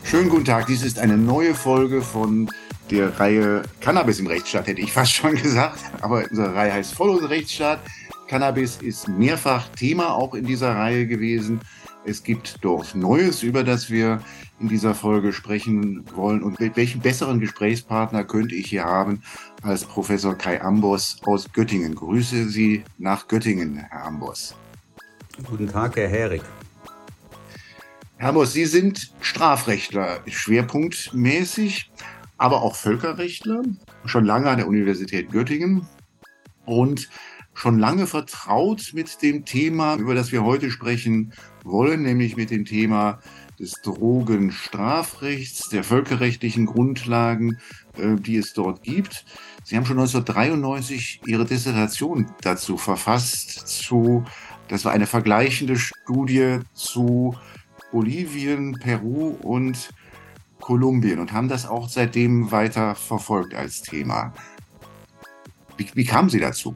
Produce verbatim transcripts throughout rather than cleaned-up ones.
Schönen guten Tag, dies ist eine neue Folge von der Reihe Cannabis im Rechtsstaat, hätte ich fast schon gesagt. Aber unsere Reihe heißt Voll Rechtsstaat. Cannabis ist mehrfach Thema auch in dieser Reihe gewesen. Es gibt dort Neues, über das wir in dieser Folge sprechen wollen. Und mit welchem besseren Gesprächspartner könnte ich hier haben als Professor Kai Ambos aus Göttingen. Grüße Sie nach Göttingen, Herr Ambos. Guten Tag, Herr Herig. Herr Ambos, Sie sind Strafrechtler, schwerpunktmäßig, aber auch Völkerrechtler, schon lange an der Universität Göttingen und schon lange vertraut mit dem Thema, über das wir heute sprechen wollen, nämlich mit dem Thema des Drogenstrafrechts, der völkerrechtlichen Grundlagen, die es dort gibt. Sie haben schon neunzehnhundertdreiundneunzig Ihre Dissertation dazu verfasst, zu, das war eine vergleichende Studie zu Bolivien, Peru und Kolumbien und haben das auch seitdem weiter verfolgt als Thema. Wie, wie kamen Sie dazu?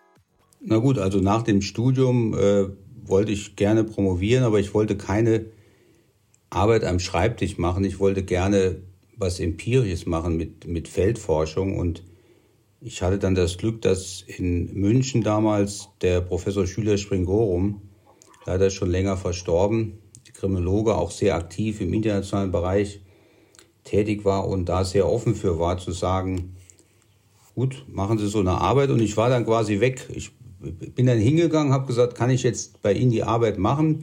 Na gut, also nach dem Studium äh, wollte ich gerne promovieren, aber ich wollte keine Arbeit am Schreibtisch machen. Ich wollte gerne was Empirisches machen mit, mit Feldforschung. Und ich hatte dann das Glück, dass in München damals der Professor Schüler-Springorum, leider schon länger verstorben, Kriminologe, auch sehr aktiv im internationalen Bereich tätig war und da sehr offen für war, zu sagen, gut, machen Sie so eine Arbeit. Und ich war dann quasi weg. Ich bin dann hingegangen, habe gesagt, kann ich jetzt bei Ihnen die Arbeit machen?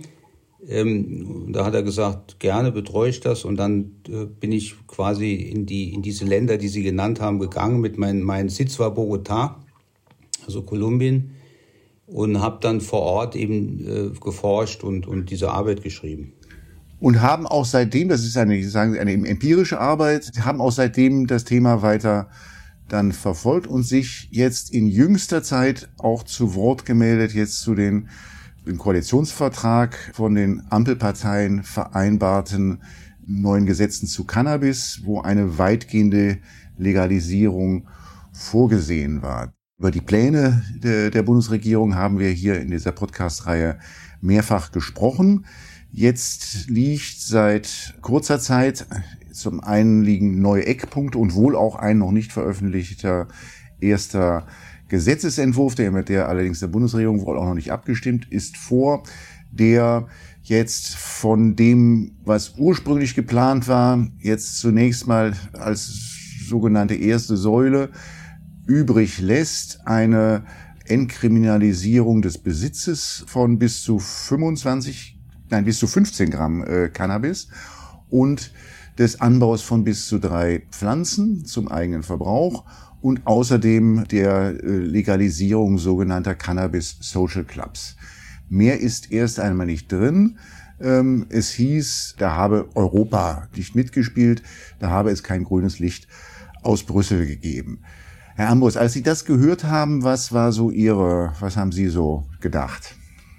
Ähm, da hat er gesagt, gerne betreue ich das. Und dann äh, bin ich quasi in die in diese Länder, die Sie genannt haben, gegangen. Mit mein, mein Sitz war Bogotá, also Kolumbien, und habe dann vor Ort eben äh, geforscht und, und diese Arbeit geschrieben. Und haben auch seitdem, das ist eine, sagen Sie, eine empirische Arbeit, haben auch seitdem das Thema weiter dann verfolgt und sich jetzt in jüngster Zeit auch zu Wort gemeldet, jetzt zu den im Koalitionsvertrag von den Ampelparteien vereinbarten neuen Gesetzen zu Cannabis, wo eine weitgehende Legalisierung vorgesehen war. Über die Pläne de, der Bundesregierung haben wir hier in dieser Podcast-Reihe mehrfach gesprochen. Jetzt liegt seit kurzer Zeit, zum einen liegen neue Eckpunkte und wohl auch ein noch nicht veröffentlichter erster Gesetzesentwurf, der mit der allerdings der Bundesregierung wohl auch noch nicht abgestimmt ist, vor, der jetzt von dem, was ursprünglich geplant war, jetzt zunächst mal als sogenannte erste Säule übrig lässt, eine Entkriminalisierung des Besitzes von bis zu fünfundzwanzig, nein, bis zu fünfzehn Gramm äh, Cannabis und des Anbaus von bis zu drei Pflanzen zum eigenen Verbrauch und außerdem der äh, Legalisierung sogenannter Cannabis Social Clubs. Mehr ist erst einmal nicht drin. Ähm, es hieß, da habe Europa nicht mitgespielt, da habe es kein grünes Licht aus Brüssel gegeben. Herr Ambos, als Sie das gehört haben, was war so Ihre, was haben Sie so gedacht?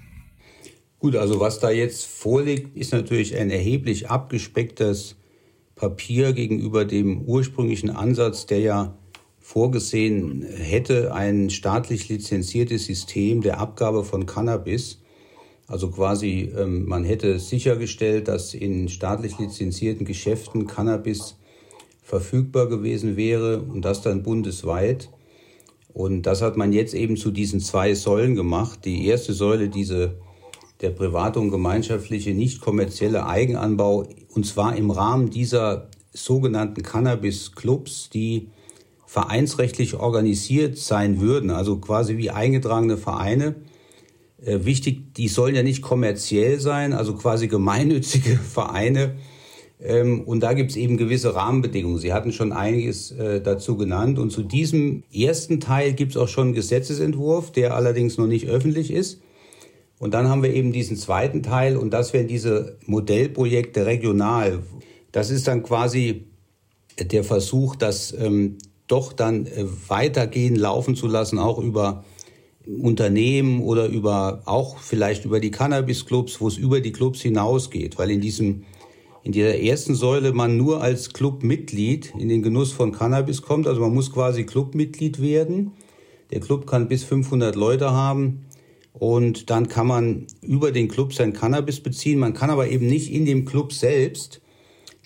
Gut, also was da jetzt vorliegt, ist natürlich ein erheblich abgespecktes Papier gegenüber dem ursprünglichen Ansatz, der ja vorgesehen hätte, ein staatlich lizenziertes System der Abgabe von Cannabis. Also quasi, ähm, man hätte sichergestellt, dass in staatlich lizenzierten Geschäften Cannabis verfügbar gewesen wäre und das dann bundesweit. Und das hat man jetzt eben zu diesen zwei Säulen gemacht. Die erste Säule, diese der private und gemeinschaftliche, nicht kommerzielle Eigenanbau, und zwar im Rahmen dieser sogenannten Cannabis-Clubs, die vereinsrechtlich organisiert sein würden, also quasi wie eingetragene Vereine. Äh, wichtig, die sollen ja nicht kommerziell sein, also quasi gemeinnützige Vereine. Ähm, und da gibt es eben gewisse Rahmenbedingungen. Sie hatten schon einiges äh, dazu genannt. Und zu diesem ersten Teil gibt es auch schon einen Gesetzesentwurf, der allerdings noch nicht öffentlich ist. Und dann haben wir eben diesen zweiten Teil, und das wären diese Modellprojekte regional. Das ist dann quasi der Versuch, das ähm, doch dann äh, weitergehen, laufen zu lassen, auch über Unternehmen oder über auch vielleicht über die Cannabis-Clubs, wo es über die Clubs hinausgeht. Weil in diesem in dieser ersten Säule man nur als Clubmitglied in den Genuss von Cannabis kommt. Also man muss quasi Clubmitglied werden. Der Club kann bis fünfhundert Leute haben. Und dann kann man über den Club sein Cannabis beziehen. Man kann aber eben nicht in dem Club selbst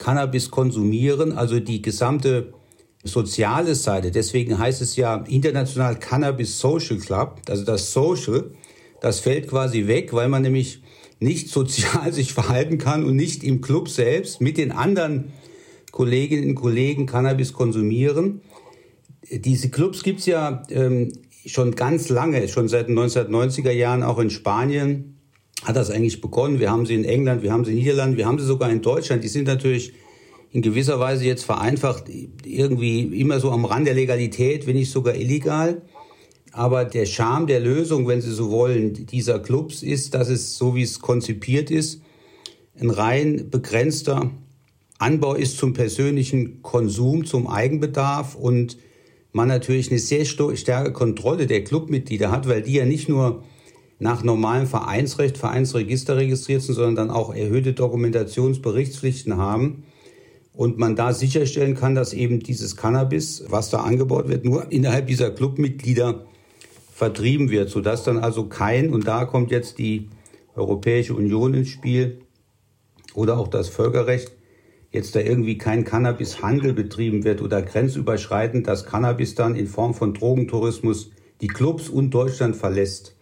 Cannabis konsumieren, also die gesamte soziale Seite. Deswegen heißt es ja international Cannabis Social Club, also das Social, das fällt quasi weg, weil man nämlich nicht sozial sich verhalten kann und nicht im Club selbst mit den anderen Kolleginnen und Kollegen Cannabis konsumieren. Diese Clubs gibt's ja ähm, schon ganz lange, schon seit den neunzehnhundertneunziger Jahren, auch in Spanien hat das eigentlich begonnen. Wir haben sie in England, wir haben sie in Niederlanden, wir haben sie sogar in Deutschland. Die sind natürlich in gewisser Weise jetzt vereinfacht, irgendwie immer so am Rand der Legalität, wenn nicht sogar illegal. Aber der Charme der Lösung, wenn Sie so wollen, dieser Clubs ist, dass es, so wie es konzipiert ist, ein rein begrenzter Anbau ist zum persönlichen Konsum, zum Eigenbedarf und man natürlich eine sehr starke Kontrolle der Clubmitglieder hat, weil die ja nicht nur nach normalem Vereinsrecht, Vereinsregister registriert sind, sondern dann auch erhöhte Dokumentationsberichtspflichten haben. Und man da sicherstellen kann, dass eben dieses Cannabis, was da angebaut wird, nur innerhalb dieser Clubmitglieder vertrieben wird, sodass dann also kein, und da kommt jetzt die Europäische Union ins Spiel oder auch das Völkerrecht, jetzt da irgendwie kein Cannabishandel betrieben wird oder grenzüberschreitend das Cannabis dann in Form von Drogentourismus die Clubs und Deutschland verlässt.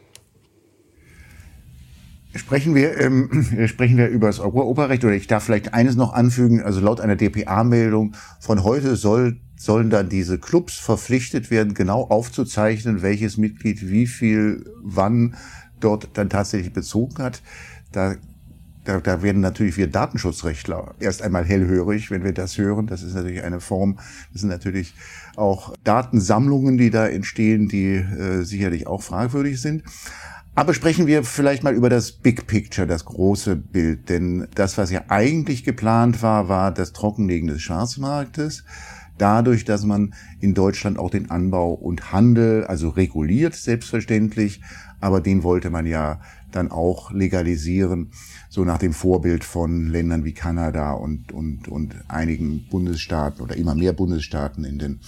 Sprechen wir, ähm, sprechen wir über das Europarecht, oder ich darf vielleicht eines noch anfügen, also laut einer D P A-Meldung von heute soll, sollen dann diese Clubs verpflichtet werden, genau aufzuzeichnen, welches Mitglied wie viel wann dort dann tatsächlich bezogen hat. Da Da, da werden natürlich wir Datenschutzrechtler erst einmal hellhörig, wenn wir das hören. Das ist natürlich eine Form, das sind natürlich auch Datensammlungen, die da entstehen, die äh, sicherlich auch fragwürdig sind. Aber sprechen wir vielleicht mal über das Big Picture, das große Bild. Denn das, was ja eigentlich geplant war, war das Trockenlegen des Schwarzmarktes. Dadurch, dass man in Deutschland auch den Anbau und Handel, also reguliert, selbstverständlich, aber den wollte man ja dann auch legalisieren, so nach dem Vorbild von Ländern wie Kanada und, und, und einigen Bundesstaaten oder immer mehr Bundesstaaten in den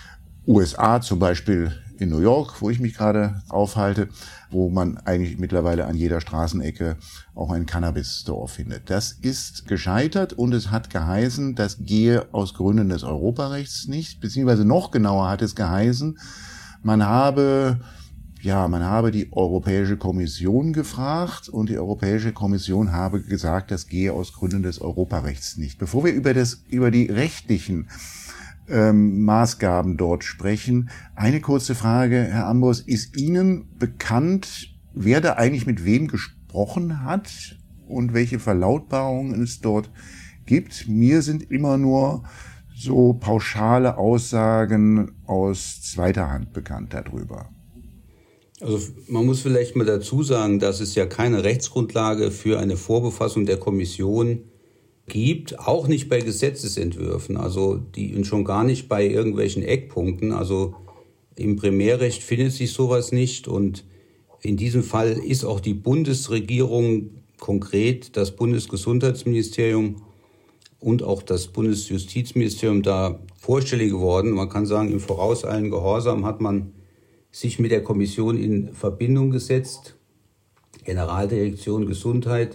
U S A, zum Beispiel in New York, wo ich mich gerade aufhalte, wo man eigentlich mittlerweile an jeder Straßenecke auch einen Cannabis-Store findet. Das ist gescheitert und es hat geheißen, das gehe aus Gründen des Europarechts nicht, beziehungsweise noch genauer hat es geheißen, man habe, ja, man habe die Europäische Kommission gefragt und die Europäische Kommission habe gesagt, das gehe aus Gründen des Europarechts nicht. Bevor wir über das, über die rechtlichen Ähm, Maßgaben dort sprechen. Eine kurze Frage, Herr Ambros, ist Ihnen bekannt, wer da eigentlich mit wem gesprochen hat und welche Verlautbarungen es dort gibt? Mir sind immer nur so pauschale Aussagen aus zweiter Hand bekannt darüber. Also man muss vielleicht mal dazu sagen, dass es ja keine Rechtsgrundlage für eine Vorbefassung der Kommission gibt, auch nicht bei Gesetzesentwürfen, also die und schon gar nicht bei irgendwelchen Eckpunkten. Also im Primärrecht findet sich sowas nicht und in diesem Fall ist auch die Bundesregierung, konkret das Bundesgesundheitsministerium und auch das Bundesjustizministerium da vorstellig geworden. Man kann sagen, im vorauseilenden Gehorsam hat man sich mit der Kommission in Verbindung gesetzt, Generaldirektion Gesundheit,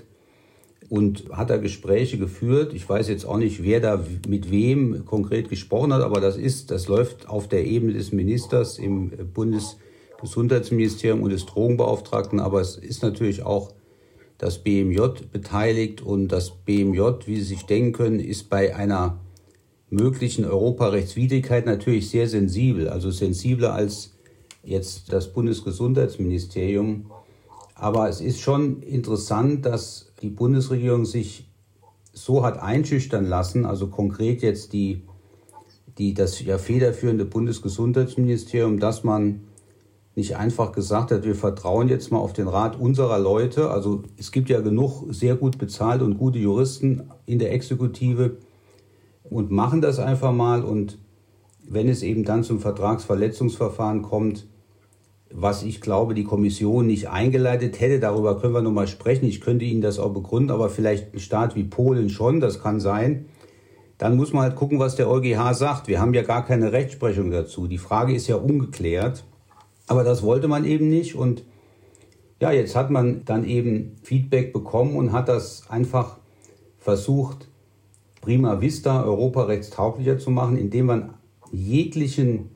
und hat da Gespräche geführt. Ich weiß jetzt auch nicht, wer da mit wem konkret gesprochen hat, aber das ist, das läuft auf der Ebene des Ministers im Bundesgesundheitsministerium und des Drogenbeauftragten, aber es ist natürlich auch das B M J beteiligt und das B M J, wie Sie sich denken können, ist bei einer möglichen Europarechtswidrigkeit natürlich sehr sensibel, also sensibler als jetzt das Bundesgesundheitsministerium. Aber es ist schon interessant, dass die Bundesregierung sich so hat einschüchtern lassen, also konkret jetzt die, die, das ja federführende Bundesgesundheitsministerium, dass man nicht einfach gesagt hat, wir vertrauen jetzt mal auf den Rat unserer Leute. Also es gibt ja genug sehr gut bezahlte und gute Juristen in der Exekutive und machen das einfach mal. Und wenn es eben dann zum Vertragsverletzungsverfahren kommt, was ich glaube, die Kommission nicht eingeleitet hätte, darüber können wir noch mal sprechen. Ich könnte Ihnen das auch begründen, aber vielleicht ein Staat wie Polen schon, das kann sein. Dann muss man halt gucken, was der EuGH sagt. Wir haben ja gar keine Rechtsprechung dazu. Die Frage ist ja ungeklärt. Aber das wollte man eben nicht. Und ja, jetzt hat man dann eben Feedback bekommen und hat das einfach versucht, prima vista europarechtstauglicher zu machen, indem man jeglichen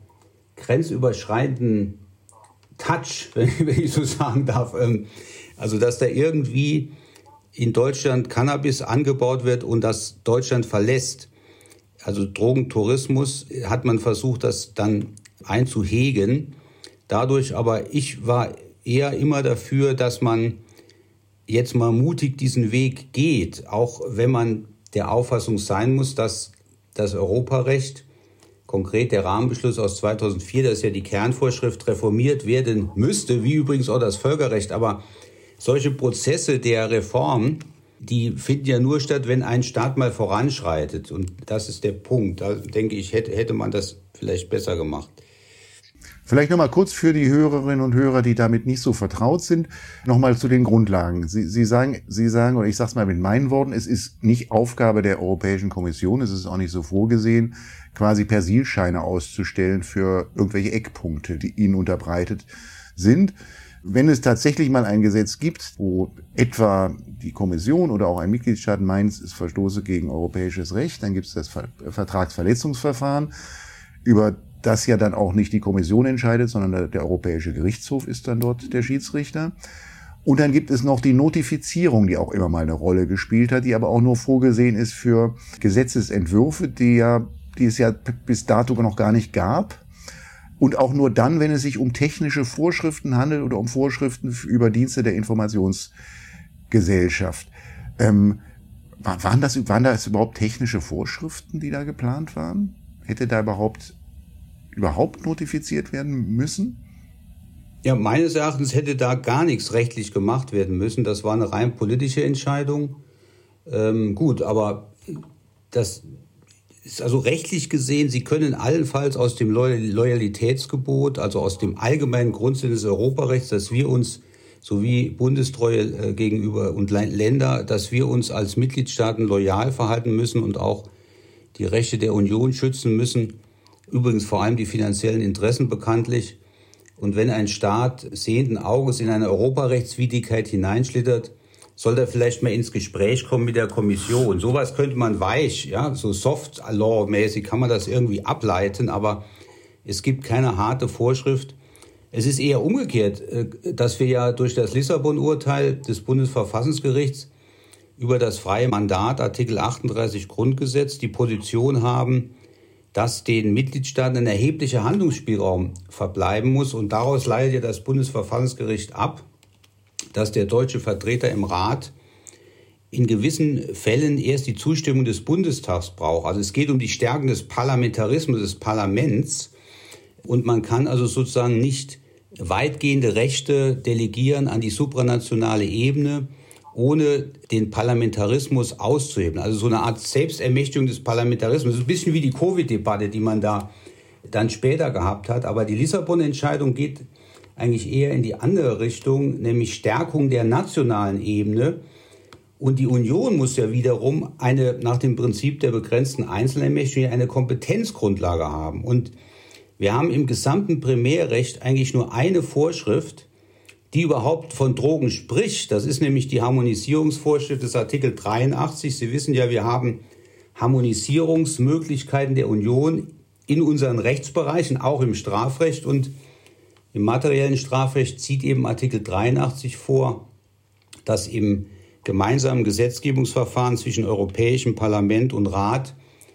grenzüberschreitenden Touch, wenn ich so sagen darf, also dass da irgendwie in Deutschland Cannabis angebaut wird und das Deutschland verlässt. Also Drogentourismus hat man versucht, das dann einzuhegen. Dadurch aber, ich war eher immer dafür, dass man jetzt mal mutig diesen Weg geht, auch wenn man der Auffassung sein muss, dass das Europarecht, konkret der Rahmenbeschluss aus zweitausendvier, das ist ja die Kernvorschrift, reformiert werden müsste, wie übrigens auch das Völkerrecht. Aber solche Prozesse der Reform, die finden ja nur statt, wenn ein Staat mal voranschreitet. Und das ist der Punkt. Da denke ich, hätte, hätte man das vielleicht besser gemacht. Vielleicht nochmal kurz für die Hörerinnen und Hörer, die damit nicht so vertraut sind, nochmal zu den Grundlagen. Sie, Sie sagen, Sie sagen, oder ich sage es mal mit meinen Worten, es ist nicht Aufgabe der Europäischen Kommission, es ist auch nicht so vorgesehen, quasi Persilscheine auszustellen für irgendwelche Eckpunkte, die Ihnen unterbreitet sind. Wenn es tatsächlich mal ein Gesetz gibt, wo etwa die Kommission oder auch ein Mitgliedstaat meint, es verstoße gegen europäisches Recht, dann gibt es das Vertragsverletzungsverfahren, über das ja dann auch nicht die Kommission entscheidet, sondern der, der Europäische Gerichtshof ist dann dort der Schiedsrichter. Und dann gibt es noch die Notifizierung, die auch immer mal eine Rolle gespielt hat, die aber auch nur vorgesehen ist für Gesetzesentwürfe, die ja, die es ja bis dato noch gar nicht gab. Und auch nur dann, wenn es sich um technische Vorschriften handelt oder um Vorschriften über Dienste der Informationsgesellschaft. Ähm, waren das, waren das überhaupt technische Vorschriften, die da geplant waren? Hätte da überhaupt überhaupt notifiziert werden müssen? Ja, meines Erachtens hätte da gar nichts rechtlich gemacht werden müssen. Das war eine rein politische Entscheidung. Ähm, gut, aber das ist also rechtlich gesehen, Sie können allenfalls aus dem Loyalitätsgebot, also aus dem allgemeinen Grundsinn des Europarechts, dass wir uns sowie Bundestreue äh, gegenüber und Länder, dass wir uns als Mitgliedstaaten loyal verhalten müssen und auch die Rechte der Union schützen müssen. Übrigens vor allem die finanziellen Interessen bekanntlich. Und wenn ein Staat sehenden Auges in eine Europarechtswidrigkeit hineinschlittert, soll er vielleicht mal ins Gespräch kommen mit der Kommission. Sowas könnte man weich, ja, so Soft-Law-mäßig kann man das irgendwie ableiten, aber es gibt keine harte Vorschrift. Es ist eher umgekehrt, dass wir ja durch das Lissabon-Urteil des Bundesverfassungsgerichts über das freie Mandat, Artikel achtunddreißig Grundgesetz, die Position haben, dass den Mitgliedstaaten ein erheblicher Handlungsspielraum verbleiben muss. Und daraus leitet ja das Bundesverfassungsgericht ab, dass der deutsche Vertreter im Rat in gewissen Fällen erst die Zustimmung des Bundestags braucht. Also es geht um die Stärkung des Parlamentarismus, des Parlaments. Und man kann also sozusagen nicht weitgehende Rechte delegieren an die supranationale Ebene, ohne den Parlamentarismus auszuhebeln. Also so eine Art Selbstermächtigung des Parlamentarismus. Das ist ein bisschen wie die Covid-Debatte, die man da dann später gehabt hat. Aber die Lissabon-Entscheidung geht eigentlich eher in die andere Richtung, nämlich Stärkung der nationalen Ebene. Und die Union muss ja wiederum eine, nach dem Prinzip der begrenzten Einzelermächtigung eine Kompetenzgrundlage haben. Und wir haben im gesamten Primärrecht eigentlich nur eine Vorschrift, die überhaupt von Drogen spricht. Das ist nämlich die Harmonisierungsvorschrift des Artikel dreiundachtzig. Sie wissen ja, wir haben Harmonisierungsmöglichkeiten der Union in unseren Rechtsbereichen, auch im Strafrecht. Und im materiellen Strafrecht zieht eben Artikel dreiundachtzig vor, dass im gemeinsamen Gesetzgebungsverfahren zwischen Europäischem Parlament und Rat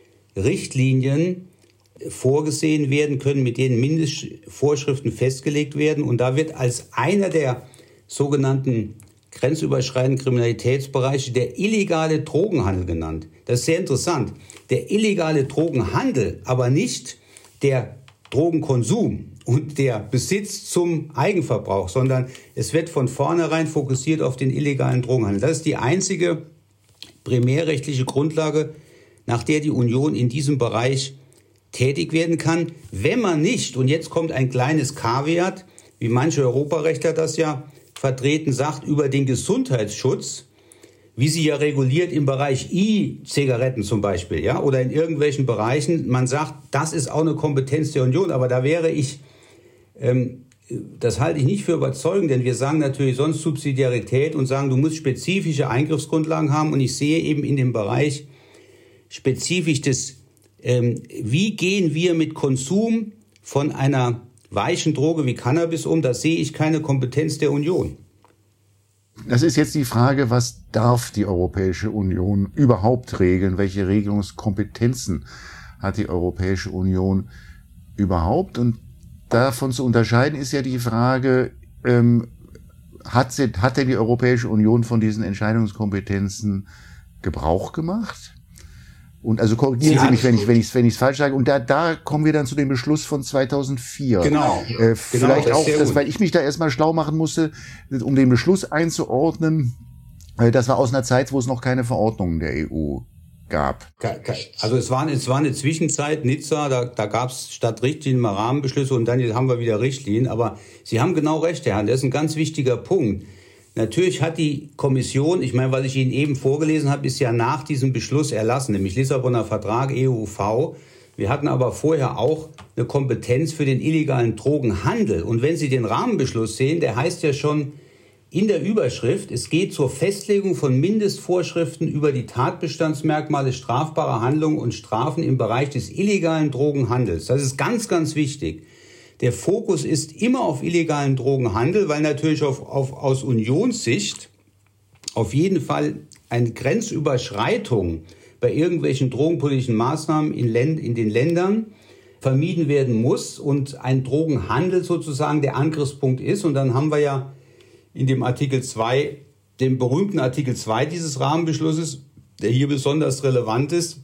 Richtlinien vorgesehen werden können, mit denen Mindestvorschriften festgelegt werden. Und da wird als einer der sogenannten grenzüberschreitenden Kriminalitätsbereiche der illegale Drogenhandel genannt. Das ist sehr interessant. Der illegale Drogenhandel, aber nicht der Drogenkonsum und der Besitz zum Eigenverbrauch, sondern es wird von vornherein fokussiert auf den illegalen Drogenhandel. Das ist die einzige primärrechtliche Grundlage, nach der die Union in diesem Bereich tätig werden kann, wenn man nicht, und jetzt kommt ein kleines Kaviar, wie manche Europarechtler das ja vertreten, sagt, über den Gesundheitsschutz, wie sie ja reguliert im Bereich E-Zigaretten zum Beispiel, ja, oder in irgendwelchen Bereichen, man sagt, das ist auch eine Kompetenz der Union, aber da wäre ich, ähm, das halte ich nicht für überzeugend, denn wir sagen natürlich sonst Subsidiarität und sagen, du musst spezifische Eingriffsgrundlagen haben, und ich sehe eben in dem Bereich spezifisch das, ähm, wie gehen wir mit Konsum von einer weichen Droge wie Cannabis um, da sehe ich keine Kompetenz der Union. Das ist jetzt die Frage, was darf die Europäische Union überhaupt regeln? Welche Regelungskompetenzen hat die Europäische Union überhaupt? Und davon zu unterscheiden ist ja die Frage, ähm, hat, sie, hat denn die Europäische Union von diesen Entscheidungskompetenzen Gebrauch gemacht? Und also korrigieren Sie, Sie mich, wenn ich wenn ich wenn ich es falsch sage. Und da da kommen wir dann zu dem Beschluss von zweitausendvier. Genau. Äh, vielleicht genau, auch, das, weil ich mich da erstmal schlau machen musste, um den Beschluss einzuordnen. Äh, das war aus einer Zeit, wo es noch keine Verordnungen der E U gab. Also es war es war eine Zwischenzeit, Nizza, da da gab es statt Richtlinien mal Rahmenbeschlüsse und dann haben wir wieder Richtlinien. Aber Sie haben genau recht, Herr Hahn, das ist ein ganz wichtiger Punkt. Natürlich hat die Kommission, ich meine, was ich Ihnen eben vorgelesen habe, ist ja nach diesem Beschluss erlassen, nämlich Lissabonner Vertrag, E U V. Wir hatten aber vorher auch eine Kompetenz für den illegalen Drogenhandel. Und wenn Sie den Rahmenbeschluss sehen, der heißt ja schon in der Überschrift, es geht zur Festlegung von Mindestvorschriften über die Tatbestandsmerkmale strafbarer Handlungen und Strafen im Bereich des illegalen Drogenhandels. Das ist ganz, ganz wichtig. Der Fokus ist immer auf illegalen Drogenhandel, weil natürlich auf, auf, aus Unionssicht auf jeden Fall eine Grenzüberschreitung bei irgendwelchen drogenpolitischen Maßnahmen in, Länd, in den Ländern vermieden werden muss und ein Drogenhandel sozusagen der Angriffspunkt ist. Und dann haben wir ja in dem Artikel zwei, dem berühmten Artikel zwei dieses Rahmenbeschlusses, der hier besonders relevant ist,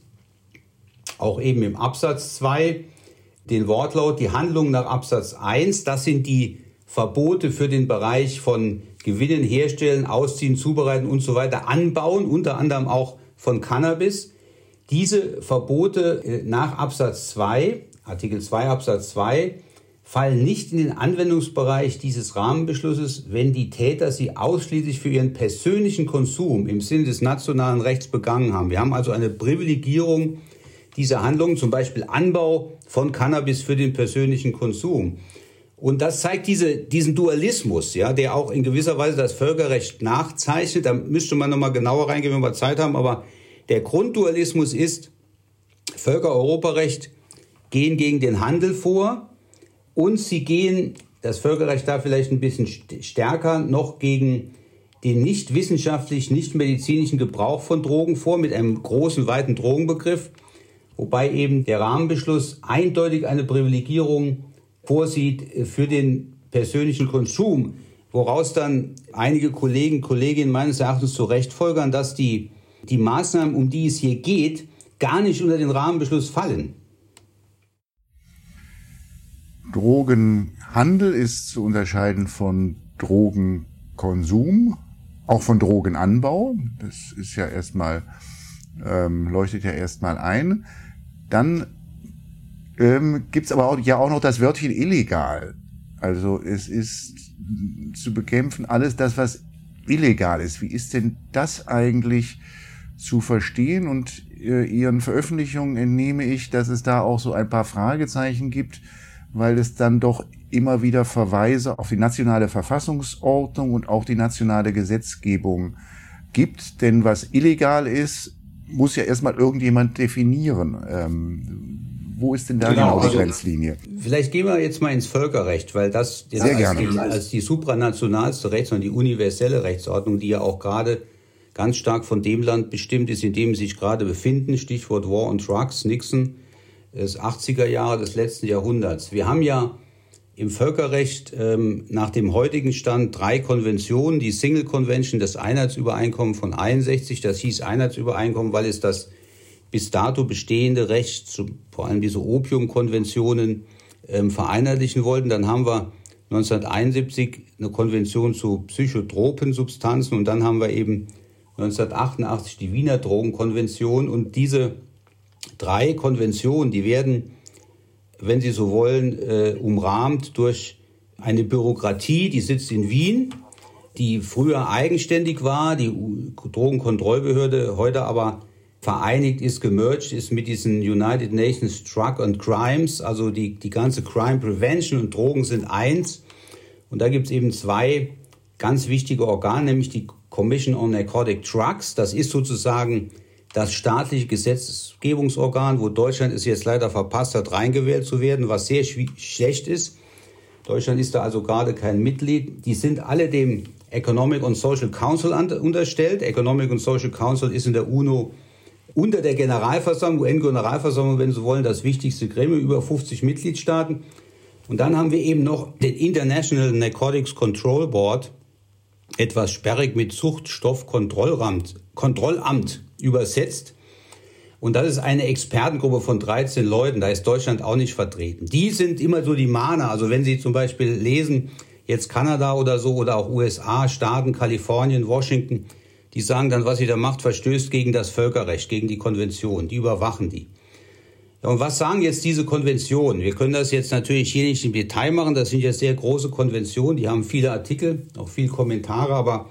auch eben im Absatz zwei, den Wortlaut, die Handlungen nach Absatz eins, das sind die Verbote für den Bereich von Gewinnen, Herstellen, Ausziehen, Zubereiten und so weiter, Anbauen, unter anderem auch von Cannabis. Diese Verbote nach Absatz zwei, Artikel zwei Absatz zwei, fallen nicht in den Anwendungsbereich dieses Rahmenbeschlusses, wenn die Täter sie ausschließlich für ihren persönlichen Konsum im Sinne des nationalen Rechts begangen haben. Wir haben also eine Privilegierung dieser Handlungen, zum Beispiel Anbau von Cannabis für den persönlichen Konsum. Und das zeigt diese, diesen Dualismus, ja, der auch in gewisser Weise das Völkerrecht nachzeichnet. Da müsste man nochmal genauer reingehen, wenn wir Zeit haben. Aber der Grunddualismus ist, Völkereuroparecht gehen gegen den Handel vor und sie gehen, das Völkerrecht da vielleicht ein bisschen stärker, noch gegen den nicht wissenschaftlich, nicht medizinischen Gebrauch von Drogen vor, mit einem großen, weiten Drogenbegriff. Wobei eben der Rahmenbeschluss eindeutig eine Privilegierung vorsieht für den persönlichen Konsum, woraus dann einige Kollegen, Kolleginnen meines Erachtens zu Recht folgern, dass die, die Maßnahmen, um die es hier geht, gar nicht unter den Rahmenbeschluss fallen. Drogenhandel ist zu unterscheiden von Drogenkonsum, auch von Drogenanbau. Das ist ja erstmal, ähm, leuchtet ja erstmal ein. Dann ähm, gibt's aber auch, ja auch noch das Wörtchen illegal. Also es ist zu bekämpfen alles das, was illegal ist. Wie ist denn das eigentlich zu verstehen? Und äh, Ihren Veröffentlichungen entnehme ich, dass es da auch so ein paar Fragezeichen gibt, weil es dann doch immer wieder Verweise auf die nationale Verfassungsordnung und auch die nationale Gesetzgebung gibt. Denn was illegal ist, muss ja erstmal irgendjemand definieren. Ähm, wo ist denn da genau, genau die also Grenzlinie? Vielleicht gehen wir jetzt mal ins Völkerrecht, weil das ja, Sehr als, gerne. Die, als die supranationalste Rechtsordnung, die universelle Rechtsordnung, die ja auch gerade ganz stark von dem Land bestimmt ist, in dem sie sich gerade befinden, Stichwort War on Drugs, Nixon, des achtziger Jahre des letzten Jahrhunderts. Wir haben ja im Völkerrecht ähm, nach dem heutigen Stand drei Konventionen. Die Single Convention, das Einheitsübereinkommen von einundsechzig, das hieß Einheitsübereinkommen, weil es das bis dato bestehende Recht, zu, vor allem diese Opiumkonventionen, ähm, vereinheitlichen wollten. Dann haben wir neunzehnhunderteinundsiebzig eine Konvention zu psychotropen Substanzen und dann haben wir eben neunzehnhundertachtundachtzig die Wiener Drogenkonvention. Und diese drei Konventionen, die werden, wenn Sie so wollen, äh, umrahmt durch eine Bürokratie, die sitzt in Wien, die früher eigenständig war, die Drogenkontrollbehörde, heute aber vereinigt ist, gemerged ist mit diesen United Nations Drug and Crimes, also die, die ganze Crime Prevention und Drogen sind eins. Und da gibt es eben zwei ganz wichtige Organe, nämlich die Commission on Narcotic Drugs. Das ist sozusagen das staatliche Gesetzgebungsorgan, wo Deutschland es jetzt leider verpasst hat, reingewählt zu werden, was sehr schlecht ist. Deutschland ist da also gerade kein Mitglied. Die sind alle dem Economic and Social Council unterstellt. Economic and Social Council ist in der UNO unter der Generalversammlung, U N-Generalversammlung, wenn Sie wollen, das wichtigste Gremium, über fünfzig Mitgliedstaaten. Und dann haben wir eben noch den International Narcotics Control Board, etwas sperrig mit Suchtstoffkontrollamt Kontrollamt übersetzt. Und das ist eine Expertengruppe von dreizehn Leuten, da ist Deutschland auch nicht vertreten. Die sind immer so die Mahner, also wenn Sie zum Beispiel lesen, jetzt Kanada oder so oder auch U S A, Staaten, Kalifornien, Washington, die sagen dann, was sie da macht, verstößt gegen das Völkerrecht, gegen die Konvention, die überwachen die. Ja, und was sagen jetzt diese Konventionen? Wir können das jetzt natürlich hier nicht im Detail machen, das sind ja sehr große Konventionen, die haben viele Artikel, auch viele Kommentare, aber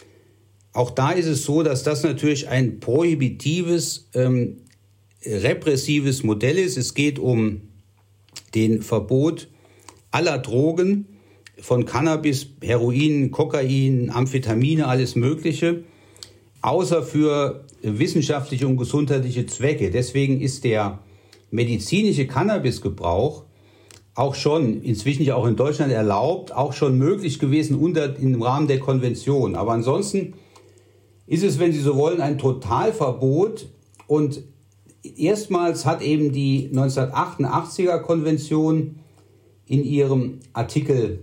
auch da ist es so, dass das natürlich ein prohibitives, ähm, repressives Modell ist. Es geht um den Verbot aller Drogen, von Cannabis, Heroin, Kokain, Amphetamine, alles Mögliche, außer für wissenschaftliche und gesundheitliche Zwecke. Deswegen ist der medizinische Cannabisgebrauch auch schon, inzwischen ja auch in Deutschland erlaubt, auch schon möglich gewesen unter, im Rahmen der Konvention. Aber ansonsten ist es, wenn Sie so wollen, ein Totalverbot. Und erstmals hat eben die neunzehnhundertachtundachtziger Konvention in ihrem Artikel,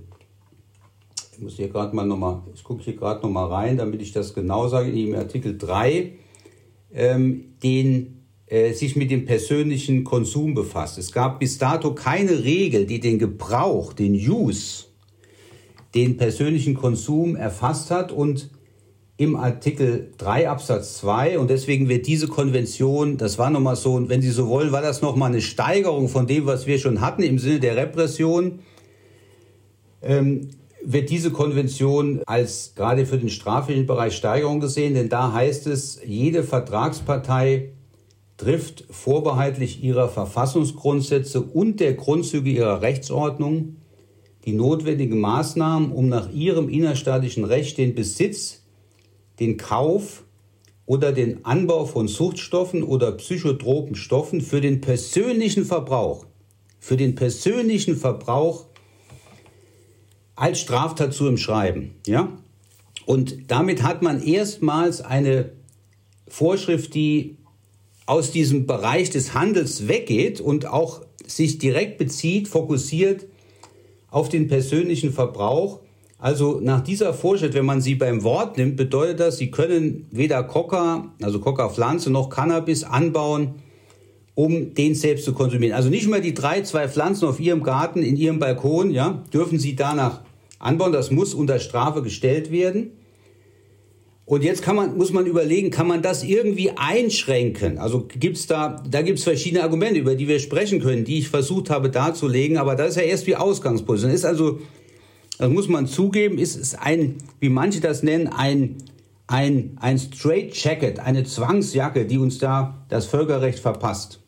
ich muss hier gerade mal nochmal, ich gucke hier gerade nochmal rein, damit ich das genau sage, in ihrem Artikel drei, ähm, den äh, sich mit dem persönlichen Konsum befasst. Es gab bis dato keine Regel, die den Gebrauch, den Use, den persönlichen Konsum erfasst hat, und im Artikel drei Absatz zwei, und deswegen wird diese Konvention, das war nochmal so, und wenn Sie so wollen, war das nochmal eine Steigerung von dem, was wir schon hatten im Sinne der Repression, ähm, wird diese Konvention als gerade für den strafrechtlichen Bereich Steigerung gesehen, denn da heißt es, jede Vertragspartei trifft vorbehaltlich ihrer Verfassungsgrundsätze und der Grundzüge ihrer Rechtsordnung die notwendigen Maßnahmen, um nach ihrem innerstaatlichen Recht den Besitz, den Kauf oder den Anbau von Suchtstoffen oder psychotropen Stoffen für den persönlichen Verbrauch, für den persönlichen Verbrauch als Straftat zu umschreiben. Ja? Und damit hat man erstmals eine Vorschrift, die aus diesem Bereich des Handels weggeht und auch sich direkt bezieht, fokussiert auf den persönlichen Verbrauch. Also nach dieser Vorschrift, wenn man sie beim Wort nimmt, bedeutet das, Sie können weder Coca, also Coca-Pflanze, noch Cannabis anbauen, um den selbst zu konsumieren. Also nicht mehr die drei, zwei Pflanzen auf Ihrem Garten, in Ihrem Balkon, ja, dürfen Sie danach anbauen. Das muss unter Strafe gestellt werden. Und jetzt kann man, muss man überlegen, kann man das irgendwie einschränken? Also gibt's da, da gibt's verschiedene Argumente, über die wir sprechen können, die ich versucht habe darzulegen. Aber das ist ja erst die Ausgangsposition. Ist also, das muss man zugeben, ist es ein, wie manche das nennen, ein, ein, ein Straight Jacket, eine Zwangsjacke, die uns da das Völkerrecht verpasst.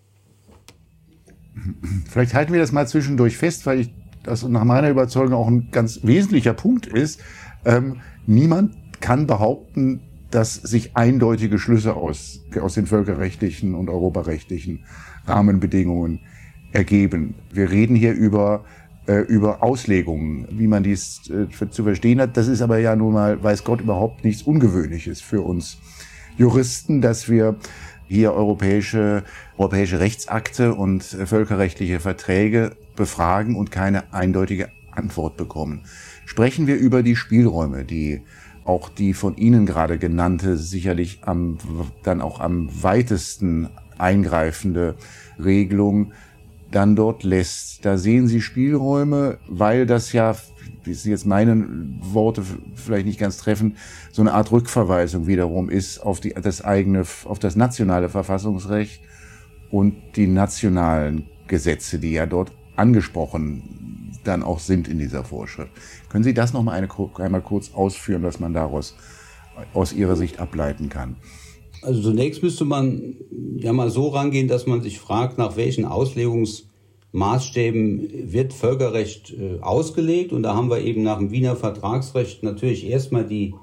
Vielleicht halten wir das mal zwischendurch fest, weil ich, das nach meiner Überzeugung auch ein ganz wesentlicher Punkt ist. Ähm, niemand kann behaupten, dass sich eindeutige Schlüsse aus, aus den völkerrechtlichen und europarechtlichen Rahmenbedingungen ergeben. Wir reden hier über, äh, über Auslegungen, wie man dies äh, für, zu verstehen hat. Das ist aber ja nun mal, weiß Gott, überhaupt nichts Ungewöhnliches für uns Juristen, dass wir hier europäische, europäische Rechtsakte und äh, völkerrechtliche Verträge befragen und keine eindeutige Antwort bekommen. Sprechen wir über die Spielräume, die auch die von Ihnen gerade genannte, sicherlich am, dann auch am weitesten eingreifende Regelung dann dort lässt. Da sehen Sie Spielräume, weil das ja, das sind jetzt meine Worte vielleicht nicht ganz treffend, so eine Art Rückverweisung wiederum ist auf die, das eigene, auf das nationale Verfassungsrecht und die nationalen Gesetze, die ja dort angesprochen dann auch sind in dieser Vorschrift. Können Sie das noch mal eine, einmal kurz ausführen, was man daraus aus Ihrer Sicht ableiten kann? Also zunächst müsste man ja mal so rangehen, dass man sich fragt, nach welchen Auslegungsmaßstäben wird Völkerrecht äh, ausgelegt. Und da haben wir eben nach dem Wiener Vertragsrecht natürlich erstmal die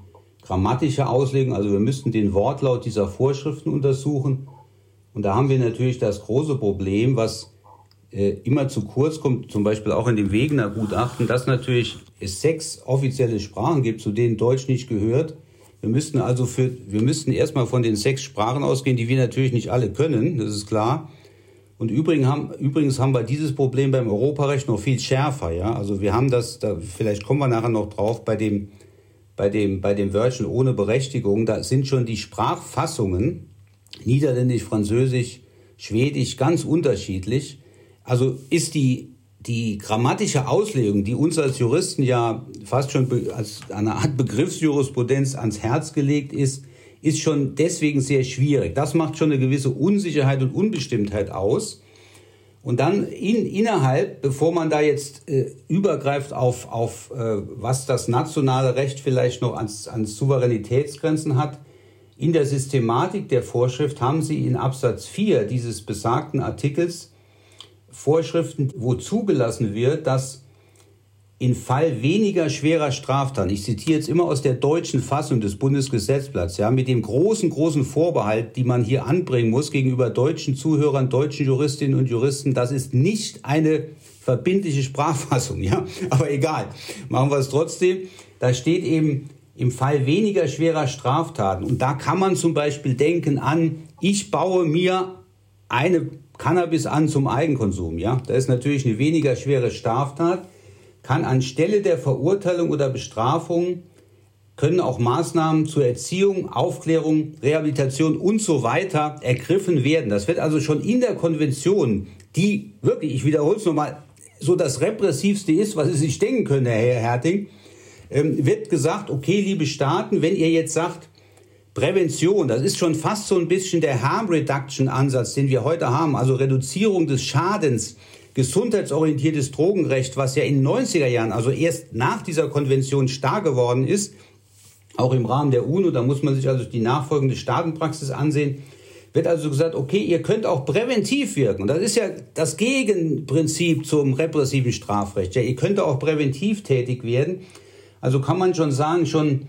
grammatische Auslegung, also wir müssten den Wortlaut dieser Vorschriften untersuchen. Und da haben wir natürlich das große Problem, was äh, immer zu kurz kommt, zum Beispiel auch in dem Wegener-Gutachten, dass natürlich es sechs offizielle Sprachen gibt, zu denen Deutsch nicht gehört. Wir müssten also für, wir müssten erstmal von den sechs Sprachen ausgehen, die wir natürlich nicht alle können, das ist klar. Und übrigens haben, übrigens haben wir dieses Problem beim Europarecht noch viel schärfer, ja. Also wir haben das, da, vielleicht kommen wir nachher noch drauf, bei dem, bei dem, bei dem Wörtchen ohne Berechtigung, da sind schon die Sprachfassungen, Niederländisch, Französisch, Schwedisch, ganz unterschiedlich. Also ist die, die grammatische Auslegung, die uns als Juristen ja fast schon als eine Art Begriffsjurisprudenz ans Herz gelegt ist, ist schon deswegen sehr schwierig. Das macht schon eine gewisse Unsicherheit und Unbestimmtheit aus. Und dann in, innerhalb, bevor man da jetzt äh, übergreift auf, auf äh, was das nationale Recht vielleicht noch ans, ans Souveränitätsgrenzen hat, in der Systematik der Vorschrift haben Sie in Absatz vier dieses besagten Artikels Vorschriften, wo zugelassen wird, dass in Fall weniger schwerer Straftaten, ich zitiere jetzt immer aus der deutschen Fassung des Bundesgesetzblatts, ja, mit dem großen, großen Vorbehalt, die man hier anbringen muss gegenüber deutschen Zuhörern, deutschen Juristinnen und Juristen, das ist nicht eine verbindliche Sprachfassung, ja, aber egal, machen wir es trotzdem. Da steht eben im Fall weniger schwerer Straftaten und da kann man zum Beispiel denken an, ich baue mir eine Cannabis an zum Eigenkonsum, ja, da ist natürlich eine weniger schwere Straftat, kann anstelle der Verurteilung oder Bestrafung, können auch Maßnahmen zur Erziehung, Aufklärung, Rehabilitation und so weiter ergriffen werden. Das wird also schon in der Konvention, die wirklich, ich wiederhole es nochmal, so das Repressivste ist, was Sie sich denken können, Herr Herting, ähm, wird gesagt, okay, liebe Staaten, wenn ihr jetzt sagt, Prävention, das ist schon fast so ein bisschen der Harm Reduction Ansatz, den wir heute haben, also Reduzierung des Schadens, gesundheitsorientiertes Drogenrecht, was ja in den neunziger Jahren, also erst nach dieser Konvention stark geworden ist, auch im Rahmen der UNO, da muss man sich also die nachfolgende Staatenpraxis ansehen, wird also gesagt, okay, ihr könnt auch präventiv wirken. Und das ist ja das Gegenprinzip zum repressiven Strafrecht. Ja, ihr könnt auch präventiv tätig werden. Also kann man schon sagen, schon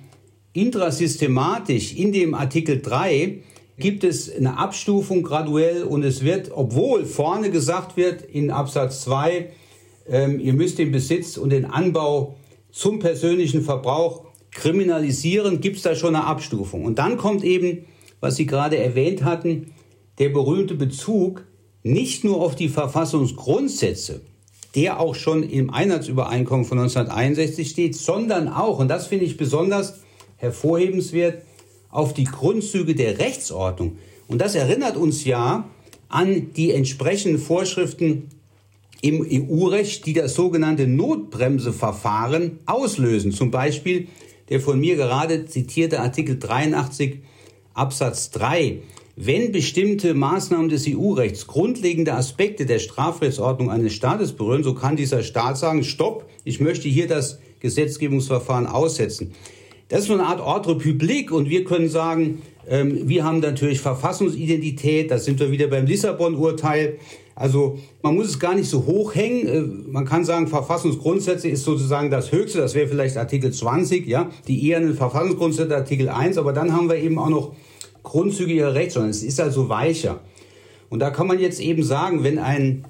intrasystematisch in dem Artikel drei gibt es eine Abstufung graduell und es wird, obwohl vorne gesagt wird in Absatz zwei, ähm, ihr müsst den Besitz und den Anbau zum persönlichen Verbrauch kriminalisieren, gibt es da schon eine Abstufung. Und dann kommt eben, was Sie gerade erwähnt hatten, der berühmte Bezug nicht nur auf die Verfassungsgrundsätze, der auch schon im Einheitsübereinkommen von neunzehnhunderteinundsechzig steht, sondern auch, und das finde ich besonders hervorhebenswert, auf die Grundzüge der Rechtsordnung. Und das erinnert uns ja an die entsprechenden Vorschriften im E U-Recht, die das sogenannte Notbremseverfahren auslösen. Zum Beispiel der von mir gerade zitierte Artikel dreiundachtzig Absatz drei. Wenn bestimmte Maßnahmen des E U-Rechts grundlegende Aspekte der Strafrechtsordnung eines Staates berühren, so kann dieser Staat sagen, stopp, ich möchte hier das Gesetzgebungsverfahren aussetzen. Das ist so eine Art Ordre public und wir können sagen, ähm, wir haben natürlich Verfassungsidentität, da sind wir wieder beim Lissabon-Urteil. Also man muss es gar nicht so hochhängen. Äh, man kann sagen, Verfassungsgrundsätze ist sozusagen das Höchste, das wäre vielleicht Artikel zwanzig, ja, die ehernen Verfassungsgrundsätze Artikel eins, aber dann haben wir eben auch noch Grundzüge ihrer Rechtsordnung. Es ist also weicher. Und da kann man jetzt eben sagen, wenn ein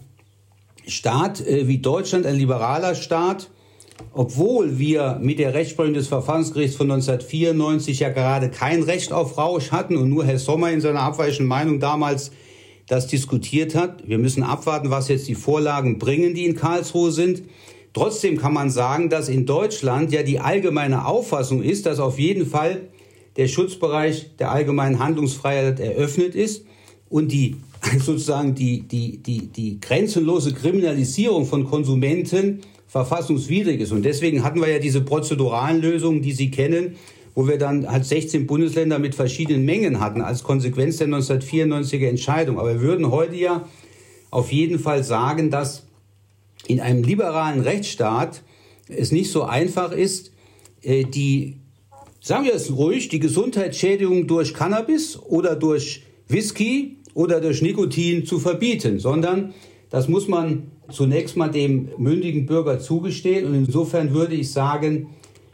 Staat äh, wie Deutschland, ein liberaler Staat, obwohl wir mit der Rechtsprechung des Verfassungsgerichts von neunzehnhundertvierundneunzig ja gerade kein Recht auf Rausch hatten und nur Herr Sommer in seiner abweichenden Meinung damals das diskutiert hat. Wir müssen abwarten, was jetzt die Vorlagen bringen, die in Karlsruhe sind. Trotzdem kann man sagen, dass in Deutschland ja die allgemeine Auffassung ist, dass auf jeden Fall der Schutzbereich der allgemeinen Handlungsfreiheit eröffnet ist und die sozusagen die, die, die, die grenzenlose Kriminalisierung von Konsumenten verfassungswidrig ist. Und deswegen hatten wir ja diese prozeduralen Lösungen, die Sie kennen, wo wir dann halt sechzehn Bundesländer mit verschiedenen Mengen hatten als Konsequenz der neunzehnhundertvierundneunziger Entscheidung. Aber wir würden heute ja auf jeden Fall sagen, dass in einem liberalen Rechtsstaat es nicht so einfach ist, die, sagen wir es ruhig, die Gesundheitsschädigung durch Cannabis oder durch Whisky oder durch Nikotin zu verbieten, sondern das muss man zunächst mal dem mündigen Bürger zugestehen. Und insofern würde ich sagen,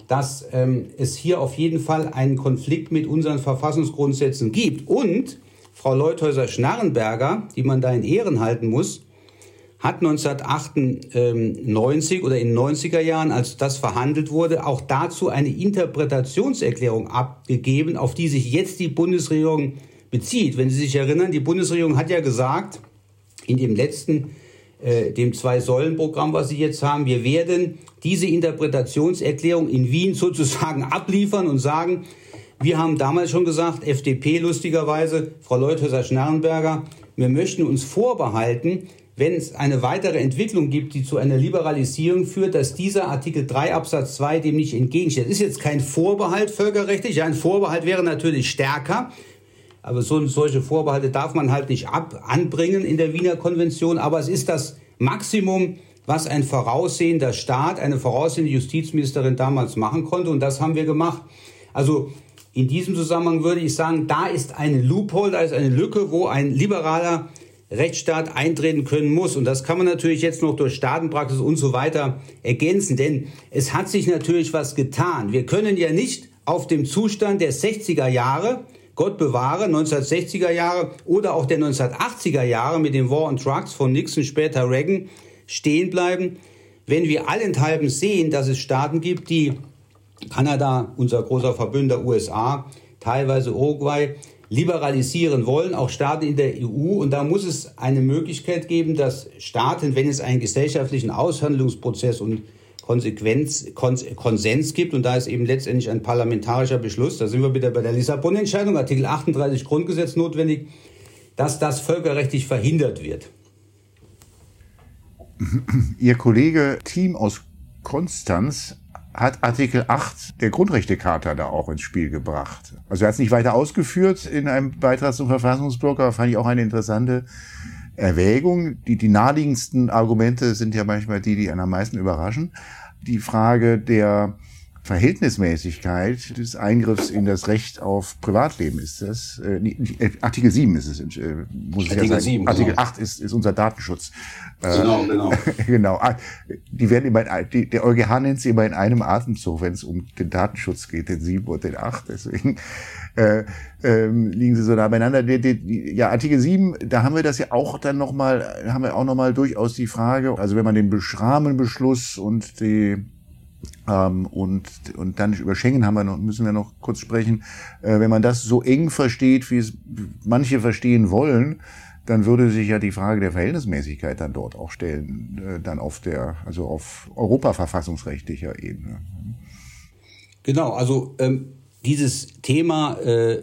dass ähm, es hier auf jeden Fall einen Konflikt mit unseren Verfassungsgrundsätzen gibt. Und Frau Leutheusser-Schnarrenberger, die man da in Ehren halten muss, hat neunzehnhundertachtundneunzig oder in den neunziger Jahren, als das verhandelt wurde, auch dazu eine Interpretationserklärung abgegeben, auf die sich jetzt die Bundesregierung bezieht. Wenn Sie sich erinnern, die Bundesregierung hat ja gesagt, in dem letzten, äh, dem Zwei-Säulen-Programm, was sie jetzt haben, wir werden diese Interpretationserklärung in Wien sozusagen abliefern und sagen, wir haben damals schon gesagt, F D P lustigerweise, Frau Leutheusser-Schnarrenberger, wir möchten uns vorbehalten, wenn es eine weitere Entwicklung gibt, die zu einer Liberalisierung führt, dass dieser Artikel drei Absatz zwei dem nicht entgegensteht. Das ist jetzt kein Vorbehalt völkerrechtlich. Ja, ein Vorbehalt wäre natürlich stärker. Aber so, solche Vorbehalte darf man halt nicht ab, anbringen in der Wiener Konvention. Aber es ist das Maximum, was ein voraussehender Staat, eine voraussehende Justizministerin damals machen konnte. Und das haben wir gemacht. Also in diesem Zusammenhang würde ich sagen, da ist eine Loophole, da ist eine Lücke, wo ein liberaler Rechtsstaat eintreten können muss. Und das kann man natürlich jetzt noch durch Staatenpraxis und so weiter ergänzen. Denn es hat sich natürlich was getan. Wir können ja nicht auf dem Zustand der sechziger Jahre, Gott bewahre, neunzehnhundertsechziger Jahre oder auch der neunzehnhundertachtziger Jahre mit dem War on Drugs von Nixon, später Reagan, stehen bleiben, wenn wir allenthalben sehen, dass es Staaten gibt, die Kanada, unser großer Verbündeter U S A, teilweise Uruguay, liberalisieren wollen, auch Staaten in der E U. Und da muss es eine Möglichkeit geben, dass Staaten, wenn es einen gesellschaftlichen Aushandlungsprozess und Konsequenz, Kons, Konsens gibt, und da ist eben letztendlich ein parlamentarischer Beschluss, da sind wir wieder bei der Lissabon-Entscheidung, Artikel achtunddreißig Grundgesetz notwendig, dass das völkerrechtlich verhindert wird. Ihr Kollege Thiem aus Konstanz hat Artikel acht der Grundrechtecharta da auch ins Spiel gebracht. Also er hat es nicht weiter ausgeführt in einem Beitrag zum Verfassungsblock, aber fand ich auch eine interessante Erwägung. Die, die naheliegendsten Argumente sind ja manchmal die, die einen am meisten überraschen. Die Frage der Verhältnismäßigkeit des Eingriffs in das Recht auf Privatleben ist das. Äh, äh, Artikel sieben ist es, äh, muss ich ja sagen. sieben, Artikel genau. acht ist, ist unser Datenschutz. Genau, genau. genau. Die werden immer, die, der EuGH nennt sie immer in einem Atemzug, wenn es um den Datenschutz geht, den sieben und den acht. Deswegen äh, äh, liegen sie so nah beieinander. Die, die, ja, Artikel sieben, da haben wir das ja auch dann nochmal, haben wir auch nochmal durchaus die Frage, also wenn man den Rahmenbeschluss und die Ähm, und, und dann über Schengen haben wir noch, müssen wir noch kurz sprechen. Äh, wenn man das so eng versteht, wie es manche verstehen wollen, dann würde sich ja die Frage der Verhältnismäßigkeit dann dort auch stellen, äh, dann auf der, also auf europaverfassungsrechtlicher Ebene. Genau, also ähm, dieses Thema äh,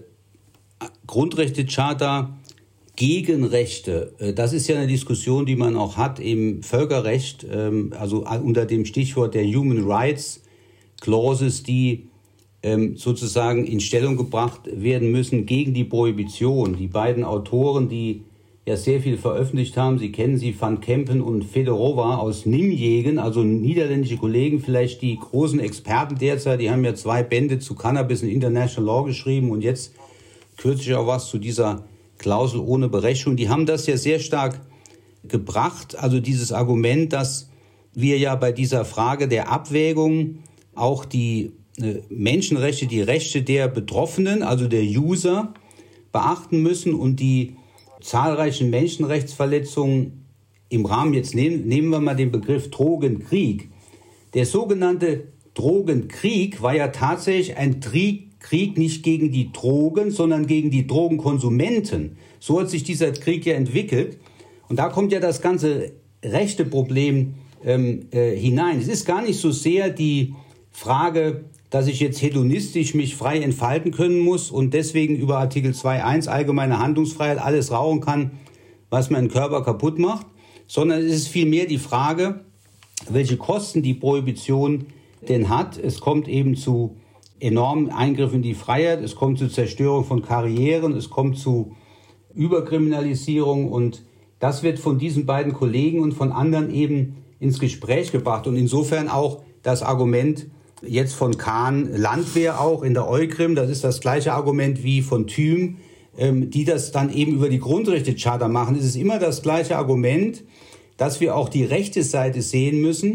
Grundrechtecharta gegen Rechte, äh, das ist ja eine Diskussion, die man auch hat im Völkerrecht, ähm, also unter dem Stichwort der Human Rights Clauses, die ähm, sozusagen in Stellung gebracht werden müssen gegen die Prohibition. Die beiden Autoren, die ja sehr viel veröffentlicht haben, Sie kennen sie, Van Kempen und Fedorova aus Nijmegen, also niederländische Kollegen, vielleicht die großen Experten derzeit, die haben ja zwei Bände zu Cannabis und International Law geschrieben und jetzt kürzlich auch was zu dieser Klausel ohne Berechnung. Die haben das ja sehr stark gebracht, also dieses Argument, dass wir ja bei dieser Frage der Abwägung auch die äh, Menschenrechte, die Rechte der Betroffenen, also der User, beachten müssen und die zahlreichen Menschenrechtsverletzungen im Rahmen, jetzt nehmen, nehmen wir mal den Begriff Drogenkrieg. Der sogenannte Drogenkrieg war ja tatsächlich ein Krieg, Krieg nicht gegen die Drogen, sondern gegen die Drogenkonsumenten. So hat sich dieser Krieg ja entwickelt. Und da kommt ja das ganze rechte Problem ähm, äh, hinein. Es ist gar nicht so sehr die Frage, dass ich jetzt hedonistisch mich frei entfalten können muss und deswegen über Artikel zwei Punkt eins allgemeine Handlungsfreiheit alles rauchen kann, was meinen Körper kaputt macht, sondern es ist vielmehr die Frage, welche Kosten die Prohibition denn hat. Es kommt eben zu enormen Eingriffen in die Freiheit, es kommt zu Zerstörung von Karrieren, es kommt zu Überkriminalisierung und das wird von diesen beiden Kollegen und von anderen eben ins Gespräch gebracht und insofern auch das Argument jetzt von Kahn Landwehr auch in der EuGrim, das ist das gleiche Argument wie von Thiem, ähm, die das dann eben über die Grundrechtecharta machen. Es ist immer das gleiche Argument, dass wir auch die rechte Seite sehen müssen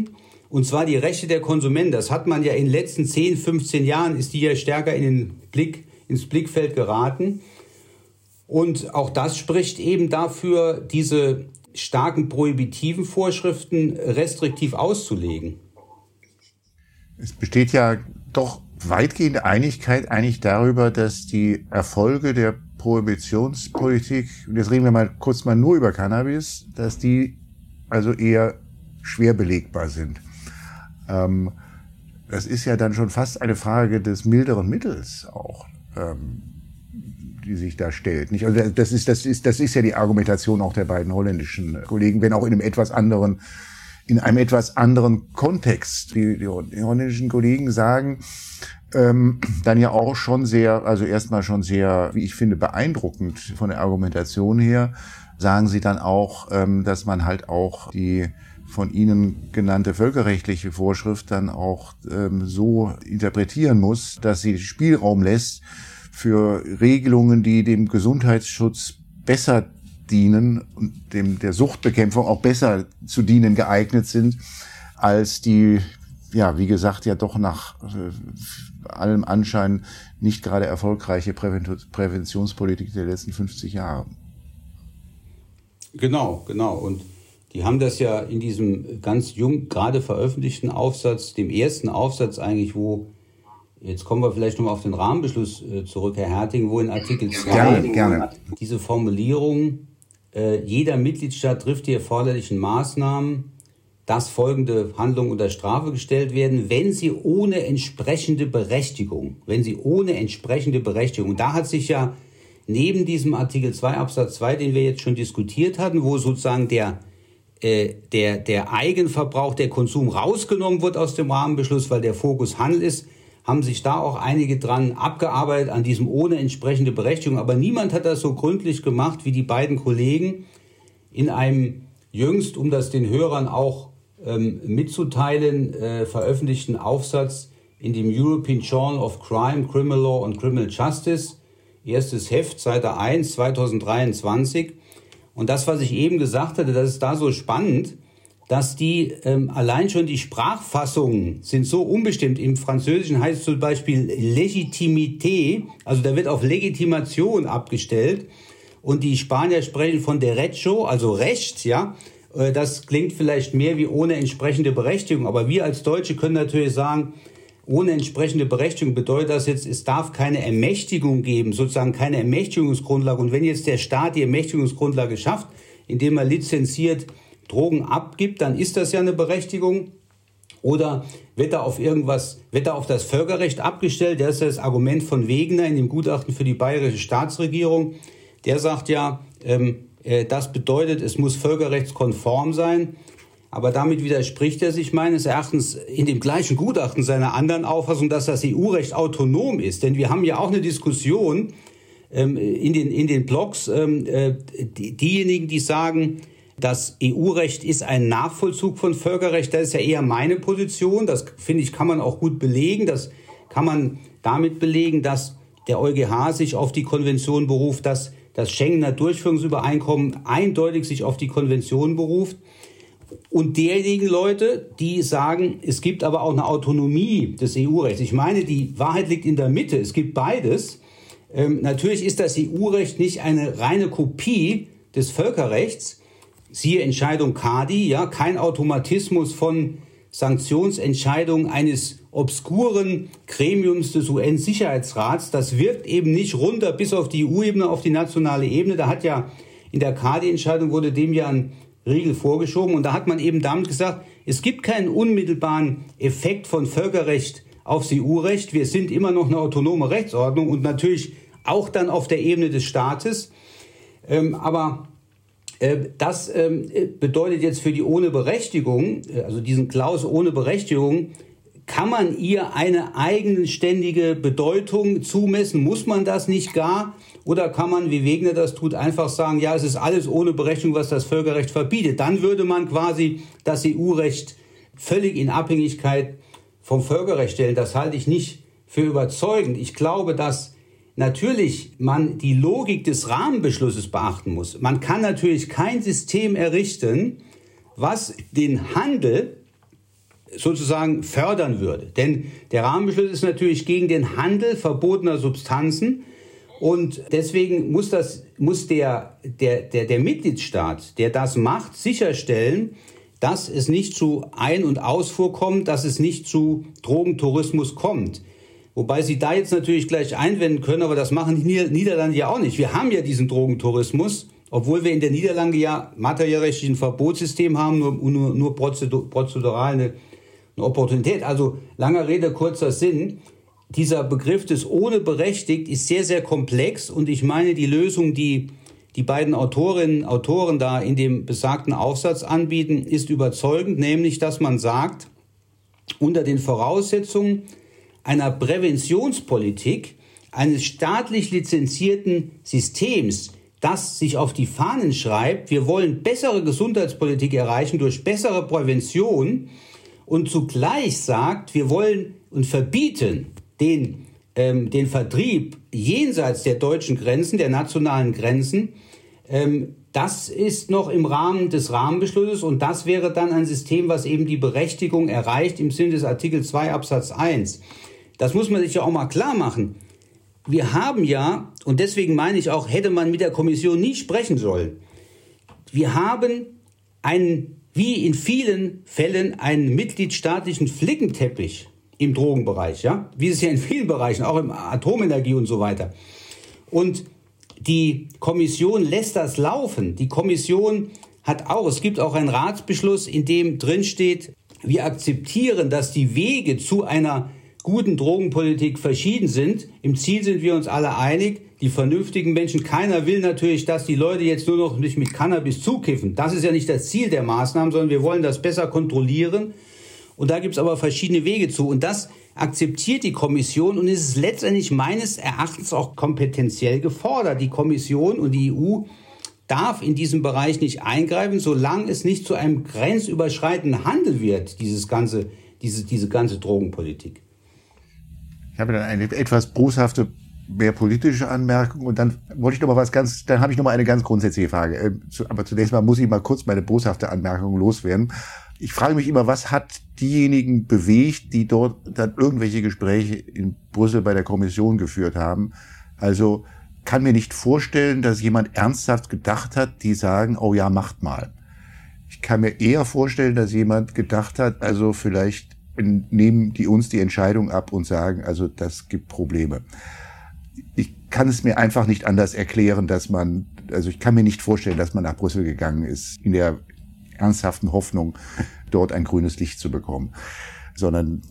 Und zwar die Rechte der Konsumenten. Das hat man ja in den letzten zehn, fünfzehn Jahren, ist die ja stärker in den Blick, ins Blickfeld geraten. Und auch das spricht eben dafür, diese starken prohibitiven Vorschriften restriktiv auszulegen. Es besteht ja doch weitgehende Einigkeit eigentlich darüber, dass die Erfolge der Prohibitionspolitik, und jetzt reden wir mal kurz mal nur über Cannabis, dass die also eher schwer belegbar sind. Ähm, das ist ja dann schon fast eine Frage des milderen Mittels auch, ähm, die sich da stellt. Nicht? Also das ist, das ist, das ist ja die Argumentation auch der beiden holländischen Kollegen, wenn auch in einem etwas anderen, in einem etwas anderen Kontext. Die, die, die holländischen Kollegen sagen, ähm, dann ja auch schon sehr, also erstmal schon sehr, wie ich finde, beeindruckend von der Argumentation her, sagen sie dann auch, ähm, dass man halt auch die von Ihnen genannte völkerrechtliche Vorschrift dann auch ähm, so interpretieren muss, dass sie Spielraum lässt für Regelungen, die dem Gesundheitsschutz besser dienen und dem der Suchtbekämpfung auch besser zu dienen geeignet sind, als die, ja, wie gesagt, ja doch nach äh, allem Anschein nicht gerade erfolgreiche Präventionspolitik der letzten fünfzig Jahre. Genau, genau. Und die haben das ja in diesem ganz jung gerade veröffentlichten Aufsatz, dem ersten Aufsatz eigentlich, wo, jetzt kommen wir vielleicht nochmal auf den Rahmenbeschluss äh, zurück, Herr Herting, wo in Artikel zwei gerne, gerne. diese Formulierung, äh, jeder Mitgliedstaat trifft die erforderlichen Maßnahmen, dass folgende Handlungen unter Strafe gestellt werden, wenn sie ohne entsprechende Berechtigung, wenn sie ohne entsprechende Berechtigung, da hat sich ja neben diesem Artikel zwei Absatz zwei, den wir jetzt schon diskutiert hatten, wo sozusagen der äh, der der Eigenverbrauch, der Konsum rausgenommen wird aus dem Rahmenbeschluss, weil der Fokus Handel ist, haben sich da auch einige dran abgearbeitet an diesem ohne entsprechende Berechtigung. Aber niemand hat das so gründlich gemacht wie die beiden Kollegen in einem jüngst, um das den Hörern auch ähm, mitzuteilen, äh, veröffentlichten Aufsatz in dem European Journal of Crime, Criminal Law and Criminal Justice, erstes Heft, Seite eins, zweitausenddreiundzwanzig. Und das, was ich eben gesagt hatte, das ist da so spannend, dass die ähm, allein schon die Sprachfassungen sind so unbestimmt. Im Französischen heißt es zum Beispiel Legitimité, also da wird auf Legitimation abgestellt. Und die Spanier sprechen von derecho, also Recht, ja. Äh, das klingt vielleicht mehr wie ohne entsprechende Berechtigung. Aber wir als Deutsche können natürlich sagen, ohne entsprechende Berechtigung bedeutet das jetzt, es darf keine Ermächtigung geben, sozusagen keine Ermächtigungsgrundlage. Und wenn jetzt der Staat die Ermächtigungsgrundlage schafft, indem er lizenziert Drogen abgibt, dann ist das ja eine Berechtigung. Oder wird er auf irgendwas, wird er auf das Völkerrecht abgestellt? Das ist das Argument von Wegener in dem Gutachten für die bayerische Staatsregierung. Der sagt ja, ähm, äh, das bedeutet, es muss völkerrechtskonform sein. Aber damit widerspricht er sich meines Erachtens in dem gleichen Gutachten seiner anderen Auffassung, dass das E U-Recht autonom ist. Denn wir haben ja auch eine Diskussion ähm, in den, in den Blogs, ähm, äh, die, diejenigen, die sagen, das E U-Recht ist ein Nachvollzug von Völkerrecht. Das ist ja eher meine Position. Das, finde ich, kann man auch gut belegen. Das kann man damit belegen, dass der EuGH sich auf die Konvention beruft, dass das Schengener Durchführungsübereinkommen eindeutig sich auf die Konvention beruft. Und derjenigen Leute, die sagen, es gibt aber auch eine Autonomie des E U-Rechts. Ich meine, die Wahrheit liegt in der Mitte. Es gibt beides. Ähm, natürlich ist das E U-Recht nicht eine reine Kopie des Völkerrechts. Siehe Entscheidung Cadi, ja, kein Automatismus von Sanktionsentscheidungen eines obskuren Gremiums des U N-Sicherheitsrats. Das wirkt eben nicht runter bis auf die E U-Ebene, auf die nationale Ebene. Da hat ja in der Cadi-Entscheidung wurde dem ja ein Riegel vorgeschoben. Und da hat man eben damit gesagt, es gibt keinen unmittelbaren Effekt von Völkerrecht aufs E U-Recht. Wir sind immer noch eine autonome Rechtsordnung und natürlich auch dann auf der Ebene des Staates. Ähm, aber äh, das ähm, bedeutet jetzt für die ohne Berechtigung, also diesen Klaus ohne Berechtigung, kann man ihr eine eigenständige Bedeutung zumessen? Muss man das nicht gar? Oder kann man, wie Wegener das tut, einfach sagen, ja, es ist alles ohne Berechtigung, was das Völkerrecht verbietet. Dann würde man quasi das E U-Recht völlig in Abhängigkeit vom Völkerrecht stellen. Das halte ich nicht für überzeugend. Ich glaube, dass natürlich man die Logik des Rahmenbeschlusses beachten muss. Man kann natürlich kein System errichten, was den Handel sozusagen fördern würde. Denn der Rahmenbeschluss ist natürlich gegen den Handel verbotener Substanzen und deswegen muss das, muss der, der, der, der Mitgliedstaat, der das macht, sicherstellen, dass es nicht zu Ein- und Ausfuhr kommt, dass es nicht zu Drogentourismus kommt. Wobei Sie da jetzt natürlich gleich einwenden können, aber das machen die Niederlande ja auch nicht. Wir haben ja diesen Drogentourismus, obwohl wir in der Niederlande ja materiellrechtlich ein Verbotssystem haben, nur, nur, nur prozedural eine, eine Opportunität. Also langer Rede, kurzer Sinn. Dieser Begriff des ohne berechtigt ist sehr, sehr komplex und ich meine, die Lösung, die die beiden Autorinnen und Autoren da in dem besagten Aufsatz anbieten, ist überzeugend, nämlich, dass man sagt, unter den Voraussetzungen einer Präventionspolitik, eines staatlich lizenzierten Systems, das sich auf die Fahnen schreibt, wir wollen bessere Gesundheitspolitik erreichen durch bessere Prävention und zugleich sagt, wir wollen und verbieten den, ähm, den Vertrieb jenseits der deutschen Grenzen, der nationalen Grenzen. Ähm, das ist noch im Rahmen des Rahmenbeschlusses und das wäre dann ein System, was eben die Berechtigung erreicht im Sinne des Artikel zwei Absatz eins. Das muss man sich ja auch mal klar machen. Wir haben ja, und deswegen meine ich auch, hätte man mit der Kommission nie sprechen sollen. Wir haben einen, wie in vielen Fällen, einen mitgliedstaatlichen Flickenteppich im Drogenbereich, ja, wie es ja in vielen Bereichen, auch im Atomenergie und so weiter. Und die Kommission lässt das laufen. Die Kommission hat auch, es gibt auch einen Ratsbeschluss, in dem drin steht, wir akzeptieren, dass die Wege zu einer guten Drogenpolitik verschieden sind. Im Ziel sind wir uns alle einig, die vernünftigen Menschen. Keiner will natürlich, dass die Leute jetzt nur noch nicht mit Cannabis zukiffen. Das ist ja nicht das Ziel der Maßnahmen, sondern wir wollen das besser kontrollieren. Und da gibt es aber verschiedene Wege zu. Und das akzeptiert die Kommission und ist letztendlich meines Erachtens auch kompetenziell gefordert. Die Kommission und die E U darf in diesem Bereich nicht eingreifen, solange es nicht zu einem grenzüberschreitenden Handel wird, dieses ganze, diese, diese ganze Drogenpolitik. Ich habe dann eine etwas boshafte, mehr politische Anmerkung und dann wollte ich noch mal was ganz, dann habe ich noch mal eine ganz grundsätzliche Frage. Aber zunächst mal muss ich mal kurz meine boshafte Anmerkung loswerden. Ich frage mich immer, was hat diejenigen bewegt, die dort dann irgendwelche Gespräche in Brüssel bei der Kommission geführt haben? Also kann mir nicht vorstellen, dass jemand ernsthaft gedacht hat, die sagen, oh ja, macht mal. Ich kann mir eher vorstellen, dass jemand gedacht hat, also vielleicht nehmen die uns die Entscheidung ab und sagen, also das gibt Probleme. Ich kann es mir einfach nicht anders erklären, dass man, also ich kann mir nicht vorstellen, dass man nach Brüssel gegangen ist, in der ernsthaften Hoffnung, dort ein grünes Licht zu bekommen, sondern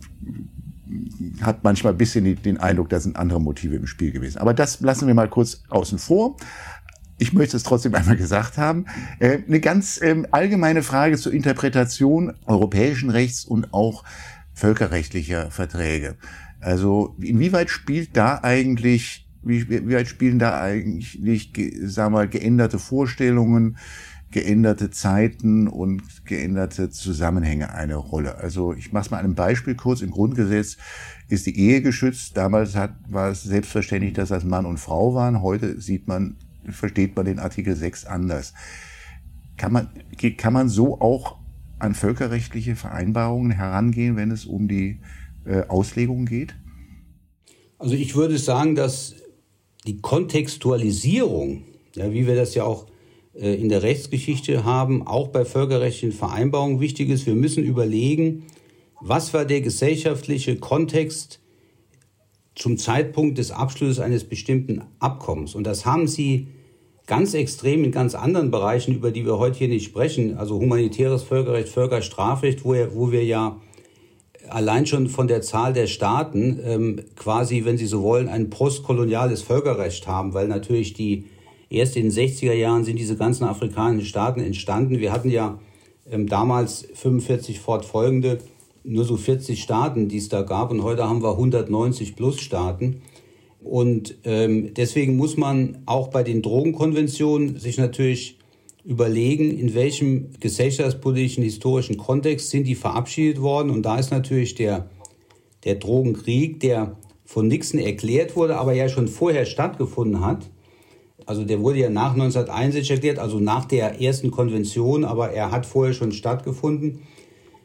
hat manchmal ein bisschen den Eindruck, da sind andere Motive im Spiel gewesen. Aber das lassen wir mal kurz außen vor. Ich möchte es trotzdem einmal gesagt haben. Äh, eine ganz äh, allgemeine Frage zur Interpretation europäischen Rechts und auch völkerrechtlicher Verträge. Also inwieweit spielt da eigentlich, wie, wie weit spielen da eigentlich, sagen wir mal, geänderte Vorstellungen, geänderte Zeiten und geänderte Zusammenhänge eine Rolle? Also ich mache es mal an einem Beispiel kurz. Im Grundgesetz ist die Ehe geschützt. Damals hat, war es selbstverständlich, dass das Mann und Frau waren. Heute sieht man, versteht man den Artikel sechs anders. Kann man, kann man so auch an völkerrechtliche Vereinbarungen herangehen, wenn es um die äh, Auslegung geht? Also ich würde sagen, dass die Kontextualisierung, ja, wie wir das ja auch äh, in der Rechtsgeschichte haben, auch bei völkerrechtlichen Vereinbarungen wichtig ist. Wir müssen überlegen, was war der gesellschaftliche Kontext zum Zeitpunkt des Abschlusses eines bestimmten Abkommens. Und das haben Sie ganz extrem in ganz anderen Bereichen, über die wir heute hier nicht sprechen, also humanitäres Völkerrecht, Völkerstrafrecht, wo, wo wir ja allein schon von der Zahl der Staaten ähm, quasi, wenn Sie so wollen, ein postkoloniales Völkerrecht haben, weil natürlich die erst in den sechziger Jahren sind diese ganzen afrikanischen Staaten entstanden. Wir hatten ja ähm, damals fünfundvierzig fortfolgende, nur so vierzig Staaten, die es da gab, und heute haben wir hundertneunzig plus Staaten. Und ähm, deswegen muss man auch bei den Drogenkonventionen sich natürlich überlegen, in welchem gesellschaftspolitischen, historischen Kontext sind die verabschiedet worden. Und da ist natürlich der, der Drogenkrieg, der von Nixon erklärt wurde, aber ja schon vorher stattgefunden hat. Also der wurde ja nach neunzehnhunderteinundsechzig erklärt, also nach der ersten Konvention, aber er hat vorher schon stattgefunden.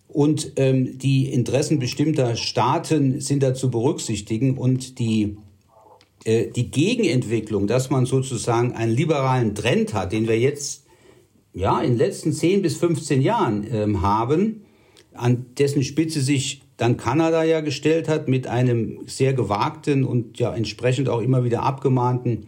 Und ähm, die Interessen bestimmter Staaten sind da zu berücksichtigen. Und die, äh, die Gegenentwicklung, dass man sozusagen einen liberalen Trend hat, den wir jetzt ja, in den letzten zehn bis fünfzehn Jahren ähm, haben, an dessen Spitze sich dann Kanada ja gestellt hat mit einem sehr gewagten und ja entsprechend auch immer wieder abgemahnten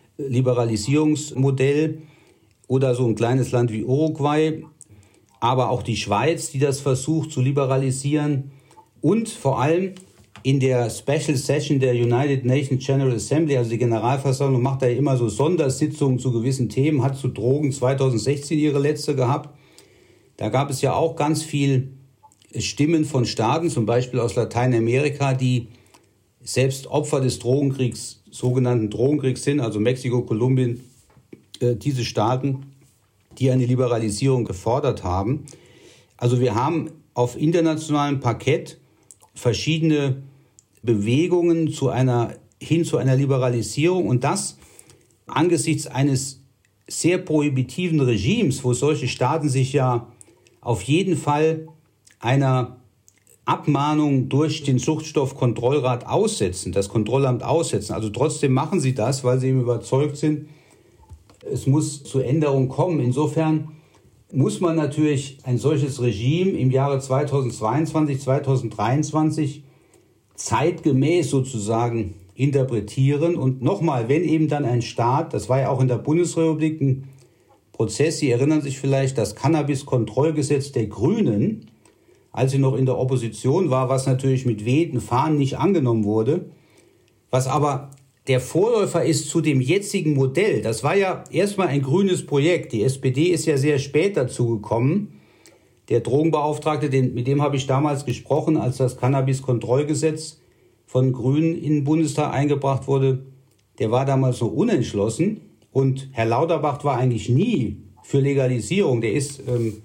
Liberalisierungsmodell, oder so ein kleines Land wie Uruguay, aber auch die Schweiz, die das versucht zu liberalisieren, und vor allem in der Special Session der United Nations General Assembly, also die Generalversammlung, macht da immer so Sondersitzungen zu gewissen Themen, hat zu Drogen zwanzig sechzehn ihre letzte gehabt. Da gab es ja auch ganz viel Stimmen von Staaten, zum Beispiel aus Lateinamerika, die selbst Opfer des Drogenkriegs, sogenannten Drogenkriegs sind, also Mexiko, Kolumbien, äh, diese Staaten, die eine Liberalisierung gefordert haben. Also wir haben auf internationalem Parkett verschiedene Bewegungen zu einer, hin zu einer Liberalisierung, und das angesichts eines sehr prohibitiven Regimes, wo solche Staaten sich ja auf jeden Fall einer Abmahnung durch den Suchtstoffkontrollrat aussetzen, das Kontrollamt aussetzen. Also trotzdem machen sie das, weil sie eben überzeugt sind, es muss zu Änderungen kommen. Insofern muss man natürlich ein solches Regime im Jahre zweitausendzweiundzwanzig, zweitausenddreiundzwanzig zeitgemäß sozusagen interpretieren. Und nochmal, wenn eben dann ein Staat, das war ja auch in der Bundesrepublik ein Prozess, Sie erinnern sich vielleicht, das Cannabis-Kontrollgesetz der Grünen, als sie noch in der Opposition war, was natürlich mit wehenden Fahnen nicht angenommen wurde, was aber der Vorläufer ist zu dem jetzigen Modell. Das war ja erstmal ein grünes Projekt. Die S P D ist ja sehr spät dazu gekommen. Der Drogenbeauftragte, den, mit dem habe ich damals gesprochen, als das Cannabis-Kontrollgesetz von Grünen in den Bundestag eingebracht wurde, der war damals so unentschlossen. Und Herr Lauterbach war eigentlich nie für Legalisierung. Der ist ähm,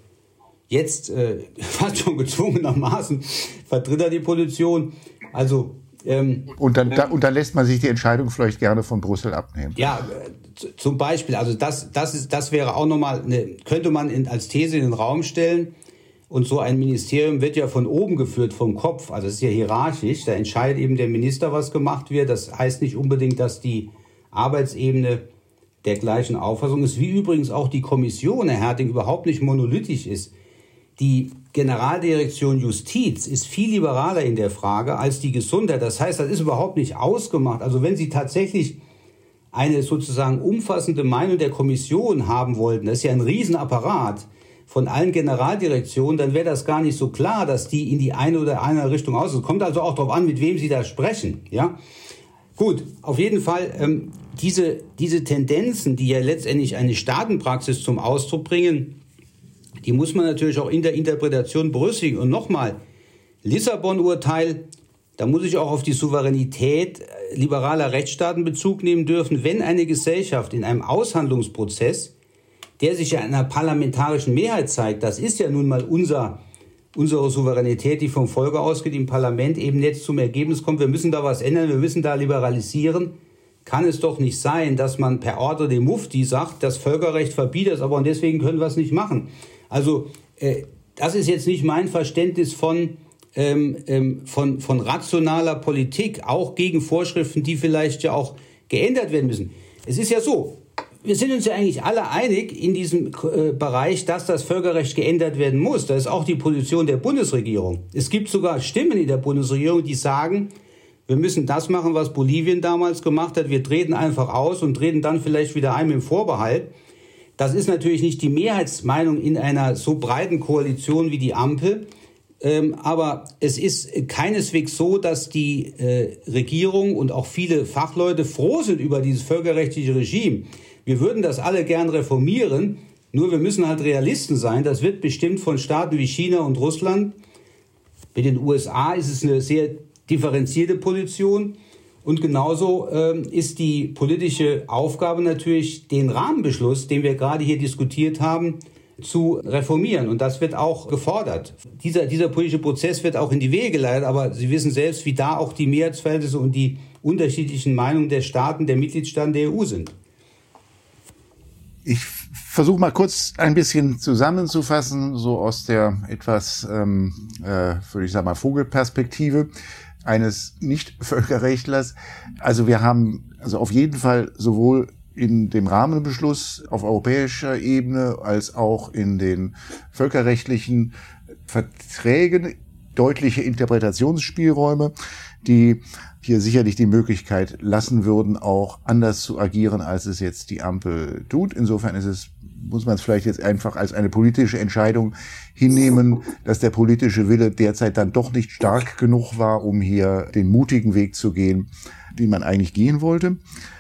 jetzt äh, fast schon gezwungenermaßen, vertritt er die Position. Also Ähm, und, dann, da, und dann lässt man sich die Entscheidung vielleicht gerne von Brüssel abnehmen. Ja, z- zum Beispiel, also das, das, ist, das wäre auch nochmal, eine, könnte man in, als These in den Raum stellen. Und so ein Ministerium wird ja von oben geführt, vom Kopf, also es ist ja hierarchisch, da entscheidet eben der Minister, was gemacht wird. Das heißt nicht unbedingt, dass die Arbeitsebene der gleichen Auffassung ist, wie übrigens auch die Kommission, Herr Herting, überhaupt nicht monolithisch ist. Die Generaldirektion Justiz ist viel liberaler in der Frage als die Gesundheit. Das heißt, das ist überhaupt nicht ausgemacht. Also wenn Sie tatsächlich eine sozusagen umfassende Meinung der Kommission haben wollten, das ist ja ein Riesenapparat von allen Generaldirektionen, dann wäre das gar nicht so klar, dass die in die eine oder andere Richtung aus. Es kommt also auch darauf an, mit wem Sie da sprechen. Ja, gut, auf jeden Fall ähm, diese, diese Tendenzen, die ja letztendlich eine Staatenpraxis zum Ausdruck bringen, die muss man natürlich auch in der Interpretation berücksichtigen. Und nochmal, Lissabon-Urteil, da muss ich auch auf die Souveränität liberaler Rechtsstaaten Bezug nehmen dürfen. Wenn eine Gesellschaft in einem Aushandlungsprozess, der sich ja in einer parlamentarischen Mehrheit zeigt, das ist ja nun mal unser, unsere Souveränität, die vom Volke ausgeht, im Parlament eben jetzt zum Ergebnis kommt, wir müssen da was ändern, wir müssen da liberalisieren, kann es doch nicht sein, dass man per Ordre dem Mufti sagt, das Völkerrecht verbietet es aber und deswegen können wir es nicht machen. Also äh, das ist jetzt nicht mein Verständnis von, ähm, ähm, von, von rationaler Politik, auch gegen Vorschriften, die vielleicht ja auch geändert werden müssen. Es ist ja so, wir sind uns ja eigentlich alle einig in diesem äh, Bereich, dass das Völkerrecht geändert werden muss. Das ist auch die Position der Bundesregierung. Es gibt sogar Stimmen in der Bundesregierung, die sagen, wir müssen das machen, was Bolivien damals gemacht hat. Wir treten einfach aus und treten dann vielleicht wieder ein im Vorbehalt. Das ist natürlich nicht die Mehrheitsmeinung in einer so breiten Koalition wie die Ampel. Ähm, aber es ist keineswegs so, dass die äh, Regierung und auch viele Fachleute froh sind über dieses völkerrechtliche Regime. Wir würden das alle gern reformieren, nur wir müssen halt Realisten sein. Das wird bestimmt von Staaten wie China und Russland. Mit den U S A ist es eine sehr differenzierte Position. Und genauso ähm, ist die politische Aufgabe natürlich, den Rahmenbeschluss, den wir gerade hier diskutiert haben, zu reformieren. Und das wird auch gefordert. Dieser, dieser politische Prozess wird auch in die Wege geleitet. Aber Sie wissen selbst, wie da auch die Mehrheitsverhältnisse und die unterschiedlichen Meinungen der Staaten, der Mitgliedstaaten der E U sind. Ich versuche mal kurz ein bisschen zusammenzufassen, so aus der etwas, ähm, äh, würde ich sagen mal, Vogelperspektive eines Nicht-Völkerrechtlers. Also wir haben also auf jeden Fall sowohl in dem Rahmenbeschluss auf europäischer Ebene als auch in den völkerrechtlichen Verträgen deutliche Interpretationsspielräume, die hier sicherlich die Möglichkeit lassen würden, auch anders zu agieren, als es jetzt die Ampel tut. Insofern ist es, muss man es vielleicht jetzt einfach als eine politische Entscheidung hinnehmen, dass der politische Wille derzeit dann doch nicht stark genug war, um hier den mutigen Weg zu gehen, den man eigentlich gehen wollte.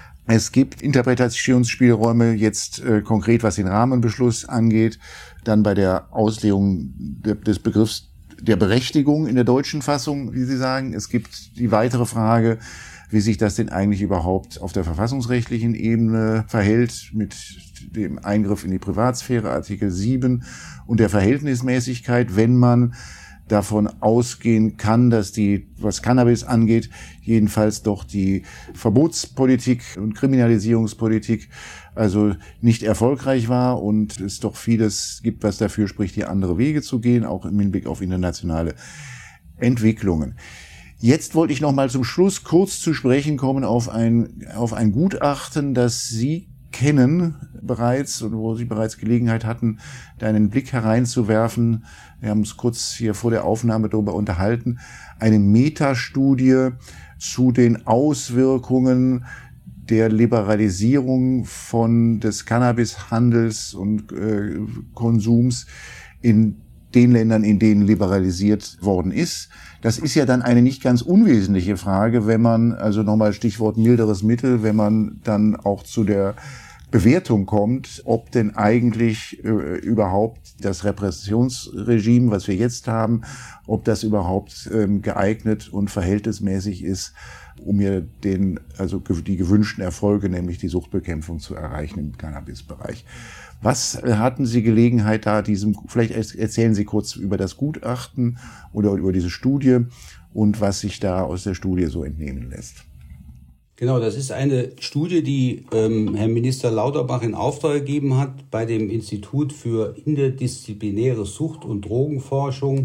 Es gibt Interpretationsspielräume jetzt äh, konkret, was den Rahmenbeschluss angeht, dann bei der Auslegung de- des Begriffs der Berechtigung in der deutschen Fassung, wie Sie sagen. Es gibt die weitere Frage, wie sich das denn eigentlich überhaupt auf der verfassungsrechtlichen Ebene verhält mit dem Eingriff in die Privatsphäre, Artikel sieben, und der Verhältnismäßigkeit, wenn man davon ausgehen kann, dass die, was Cannabis angeht, jedenfalls doch die Verbotspolitik und Kriminalisierungspolitik also nicht erfolgreich war und es doch vieles gibt, was dafür spricht, hier andere Wege zu gehen, auch im Hinblick auf internationale Entwicklungen. Jetzt wollte ich noch mal zum Schluss kurz zu sprechen kommen auf ein, auf ein Gutachten, das Sie kennen bereits und wo Sie bereits Gelegenheit hatten, da einen Blick hereinzuwerfen. Wir haben uns kurz hier vor der Aufnahme darüber unterhalten. Eine Metastudie zu den Auswirkungen der Liberalisierung von des Cannabishandels und äh, Konsums in den Ländern, in denen liberalisiert worden ist. Das ist ja dann eine nicht ganz unwesentliche Frage, wenn man, also nochmal Stichwort milderes Mittel, wenn man dann auch zu der Bewertung kommt, ob denn eigentlich äh, überhaupt das Repressionsregime, was wir jetzt haben, ob das überhaupt ähm, geeignet und verhältnismäßig ist, um hier den, also die gewünschten Erfolge, nämlich die Suchtbekämpfung zu erreichen im Cannabisbereich. Was hatten Sie Gelegenheit da diesem, vielleicht erzählen Sie kurz über das Gutachten oder über diese Studie und was sich da aus der Studie so entnehmen lässt? Genau, das ist eine Studie, die ähm, Herr Minister Lauterbach in Auftrag gegeben hat bei dem Institut für interdisziplinäre Sucht- und Drogenforschung,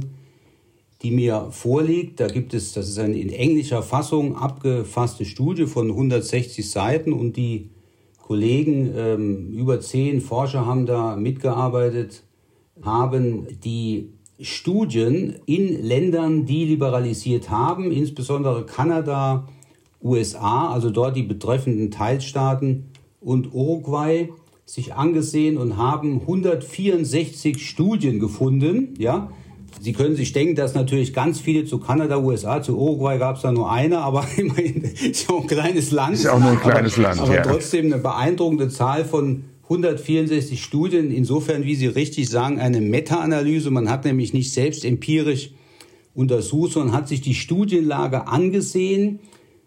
die mir vorliegt. Da gibt es, das ist eine in englischer Fassung abgefasste Studie von hundertsechzig Seiten und die Kollegen, ähm, über zehn Forscher haben da mitgearbeitet, haben die Studien in Ländern, die liberalisiert haben, insbesondere Kanada, U S A, also dort die betreffenden Teilstaaten und Uruguay, sich angesehen und haben hundertvierundsechzig Studien gefunden. Ja, Sie können sich denken, dass natürlich ganz viele zu Kanada, U S A, zu Uruguay gab es da nur eine, aber immerhin ist ja auch ein kleines Land. Ist auch nur ein kleines aber, Land, aber ja. trotzdem eine beeindruckende Zahl von hundertvierundsechzig Studien. Insofern, wie Sie richtig sagen, eine Meta-Analyse. Man hat nämlich nicht selbst empirisch untersucht, sondern hat sich die Studienlage angesehen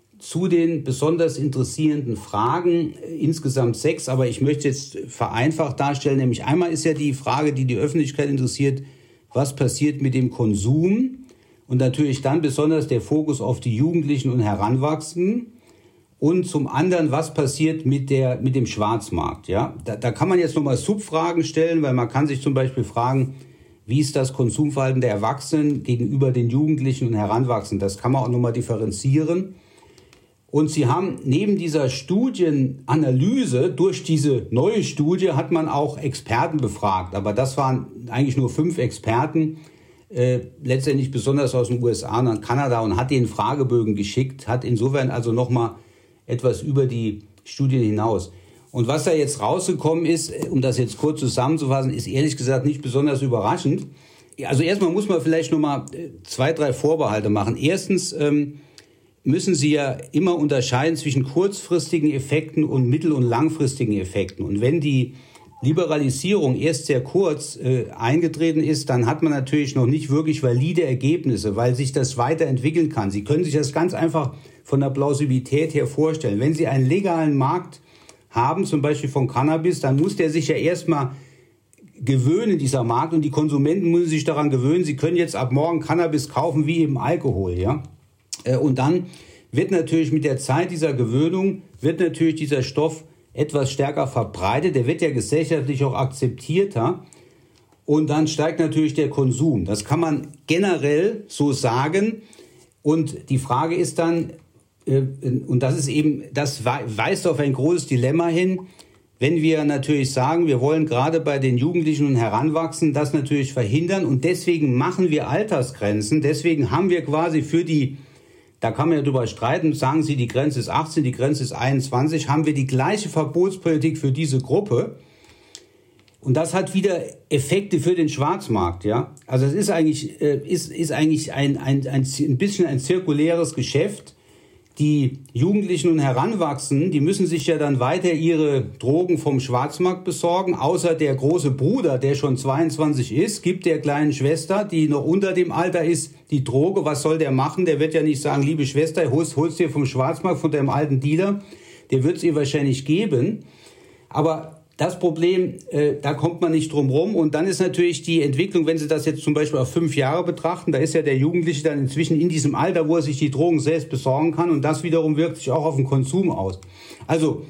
zu den besonders interessierenden Fragen, insgesamt sechs, aber ich möchte jetzt vereinfacht darstellen, nämlich einmal ist ja die Frage, die die Öffentlichkeit interessiert, was passiert mit dem Konsum und natürlich dann besonders der Fokus auf die Jugendlichen und Heranwachsenden und zum anderen, was passiert mit der mit dem Schwarzmarkt. Ja, da, da kann man jetzt nochmal Subfragen stellen, weil man kann sich zum Beispiel fragen, wie ist das Konsumverhalten der Erwachsenen gegenüber den Jugendlichen und Heranwachsenden? Das kann man auch nochmal differenzieren. Und Sie haben neben dieser Studienanalyse, durch diese neue Studie hat man auch Experten befragt. Aber das waren eigentlich nur fünf Experten, äh, letztendlich besonders aus den U S A und Kanada, und hat denen Fragebögen geschickt, hat insofern also nochmal etwas über die Studien hinaus. Und was da jetzt rausgekommen ist, um das jetzt kurz zusammenzufassen, ist ehrlich gesagt nicht besonders überraschend. Also erstmal muss man vielleicht nochmal zwei, drei Vorbehalte machen. Erstens, ähm, müssen Sie ja immer unterscheiden zwischen kurzfristigen Effekten und mittel- und langfristigen Effekten. Und wenn die Liberalisierung erst sehr kurz äh, eingetreten ist, dann hat man natürlich noch nicht wirklich valide Ergebnisse, weil sich das weiterentwickeln kann. Sie können sich das ganz einfach von der Plausibilität her vorstellen. Wenn Sie einen legalen Markt haben, zum Beispiel von Cannabis, dann muss der sich ja erstmal gewöhnen, dieser Markt, und die Konsumenten müssen sich daran gewöhnen. Sie können jetzt ab morgen Cannabis kaufen wie eben Alkohol, ja. Und dann wird natürlich mit der Zeit dieser Gewöhnung, wird natürlich dieser Stoff etwas stärker verbreitet. Der wird ja gesellschaftlich auch akzeptierter. Und dann steigt natürlich der Konsum. Das kann man generell so sagen. Und die Frage ist dann, äh, und das ist eben, das weist auf ein großes Dilemma hin, wenn wir natürlich sagen, wir wollen gerade bei den Jugendlichen und Heranwachsenden das natürlich verhindern. Und deswegen machen wir Altersgrenzen. Deswegen haben wir quasi für die, da kann man ja drüber streiten, sagen Sie, die Grenze ist achtzehn, die Grenze ist einundzwanzig, haben wir die gleiche Verbotspolitik für diese Gruppe. Und das hat wieder Effekte für den Schwarzmarkt, ja. Also es ist eigentlich, äh, ist, ist eigentlich ein, ein, ein, ein bisschen ein zirkuläres Geschäft. Die Jugendlichen und Heranwachsenden, die müssen sich ja dann weiter ihre Drogen vom Schwarzmarkt besorgen. Außer der große Bruder, der schon zweiundzwanzig ist, gibt der kleinen Schwester, die noch unter dem Alter ist, die Droge. Was soll der machen? Der wird ja nicht sagen, liebe Schwester, holst, holst dir vom Schwarzmarkt, von deinem alten Dealer. Der wird es ihr wahrscheinlich geben. Aber das Problem, äh, da kommt man nicht drum rum. Und dann ist natürlich die Entwicklung, wenn Sie das jetzt zum Beispiel auf fünf Jahre betrachten, da ist ja der Jugendliche dann inzwischen in diesem Alter, wo er sich die Drogen selbst besorgen kann. Und das wiederum wirkt sich auch auf den Konsum aus. Also,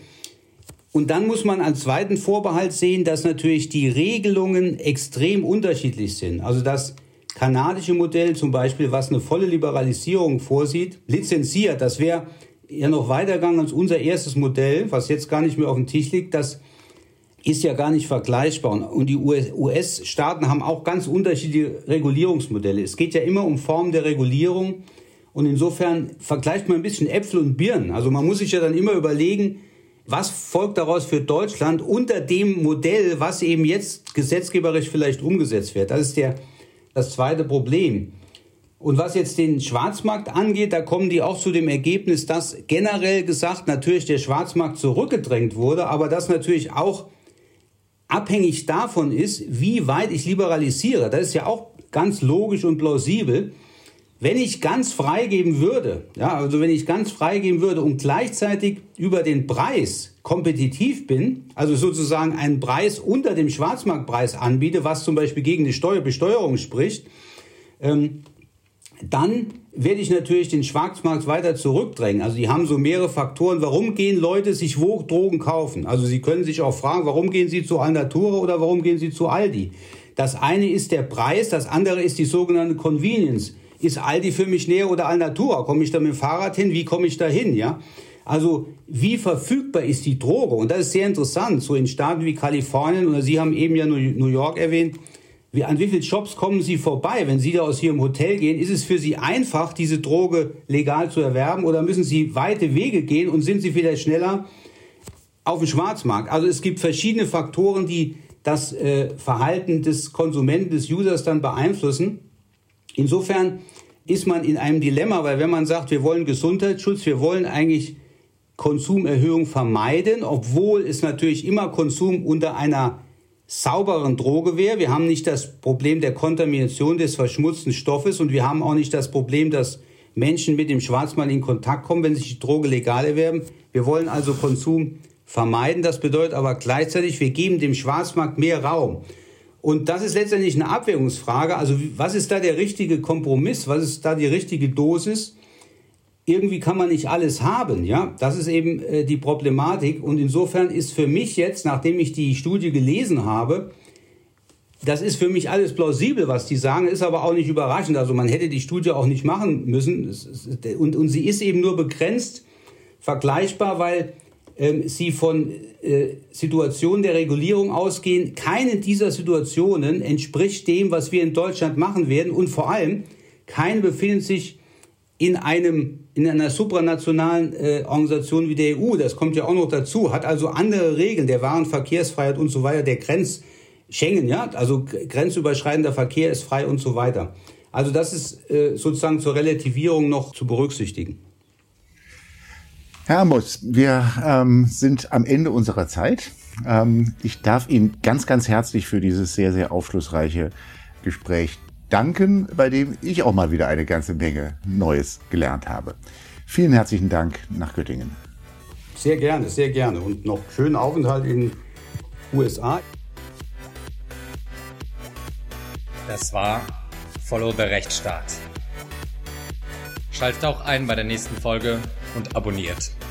und dann muss man als zweiten Vorbehalt sehen, dass natürlich die Regelungen extrem unterschiedlich sind. Also das kanadische Modell zum Beispiel, was eine volle Liberalisierung vorsieht, lizenziert, das wäre ja noch weitergegangen als unser erstes Modell, was jetzt gar nicht mehr auf dem Tisch liegt, das ist ja gar nicht vergleichbar. Und die U S-Staaten haben auch ganz unterschiedliche Regulierungsmodelle. Es geht ja immer um Formen der Regulierung. Und insofern vergleicht man ein bisschen Äpfel und Birnen. Also man muss sich ja dann immer überlegen, was folgt daraus für Deutschland unter dem Modell, was eben jetzt gesetzgeberisch vielleicht umgesetzt wird. Das ist der, das zweite Problem. Und was jetzt den Schwarzmarkt angeht, da kommen die auch zu dem Ergebnis, dass generell gesagt natürlich der Schwarzmarkt zurückgedrängt wurde, aber dass natürlich auch abhängig davon ist, wie weit ich liberalisiere. Das ist ja auch ganz logisch und plausibel. Wenn ich ganz freigeben würde, ja, also wenn ich ganz freigeben würde und gleichzeitig über den Preis kompetitiv bin, also sozusagen einen Preis unter dem Schwarzmarktpreis anbiete, was zum Beispiel gegen die Steuerbesteuerung spricht, ähm, dann werde ich natürlich den Schwarzmarkt weiter zurückdrängen. Also die haben so mehrere Faktoren. Warum gehen Leute sich wo Drogen kaufen? Also Sie können sich auch fragen, warum gehen sie zu Alnatura oder warum gehen sie zu Aldi? Das eine ist der Preis, das andere ist die sogenannte Convenience. Ist Aldi für mich näher oder Alnatura? Komme ich da mit dem Fahrrad hin? Wie komme ich da hin? Ja? Also wie verfügbar ist die Droge? Und das ist sehr interessant. So in Staaten wie Kalifornien, oder Sie haben eben ja New York erwähnt, Wie, an wie vielen Shops kommen Sie vorbei? Wenn Sie da aus Ihrem Hotel gehen, ist es für Sie einfach, diese Droge legal zu erwerben, oder müssen Sie weite Wege gehen und sind Sie vielleicht schneller auf dem Schwarzmarkt? Also es gibt verschiedene Faktoren, die das äh, Verhalten des Konsumenten, des Users dann beeinflussen. Insofern ist man in einem Dilemma, weil wenn man sagt, wir wollen Gesundheitsschutz, wir wollen eigentlich Konsumerhöhung vermeiden, obwohl es natürlich immer Konsum unter einer sauberen Droge wäre. Wir haben nicht das Problem der Kontamination des verschmutzten Stoffes und wir haben auch nicht das Problem, dass Menschen mit dem Schwarzmarkt in Kontakt kommen, wenn sie die Droge legal erwerben. Wir wollen also Konsum vermeiden. Das bedeutet aber gleichzeitig, wir geben dem Schwarzmarkt mehr Raum. Und das ist letztendlich eine Abwägungsfrage. Also was ist da der richtige Kompromiss? Was ist da die richtige Dosis? Irgendwie kann man nicht alles haben, ja. Das ist eben äh, die Problematik. Und insofern ist für mich jetzt, nachdem ich die Studie gelesen habe, das ist für mich alles plausibel, was die sagen, ist aber auch nicht überraschend. Also man hätte die Studie auch nicht machen müssen. Und, und sie ist eben nur begrenzt vergleichbar, weil ähm, sie von äh, Situationen der Regulierung ausgehen. Keine dieser Situationen entspricht dem, was wir in Deutschland machen werden. Und vor allem, keine befindet sich in einem in einer supranationalen äh, Organisation wie der E U, das kommt ja auch noch dazu, hat also andere Regeln der Warenverkehrsfreiheit und so weiter, der Grenz Schengen, ja, also grenzüberschreitender Verkehr ist frei und so weiter. Also das ist äh, sozusagen zur Relativierung noch zu berücksichtigen. Herr Amos, wir ähm, sind am Ende unserer Zeit. Ähm, ich darf Ihnen ganz, ganz herzlich für dieses sehr, sehr aufschlussreiche Gespräch danken, bei dem ich auch mal wieder eine ganze Menge Neues gelernt habe. Vielen herzlichen Dank nach Göttingen. Sehr gerne, sehr gerne. Und noch schönen Aufenthalt in den U S A. Das war Follow the Rechtsstaat. Schaltet auch ein bei der nächsten Folge und abonniert.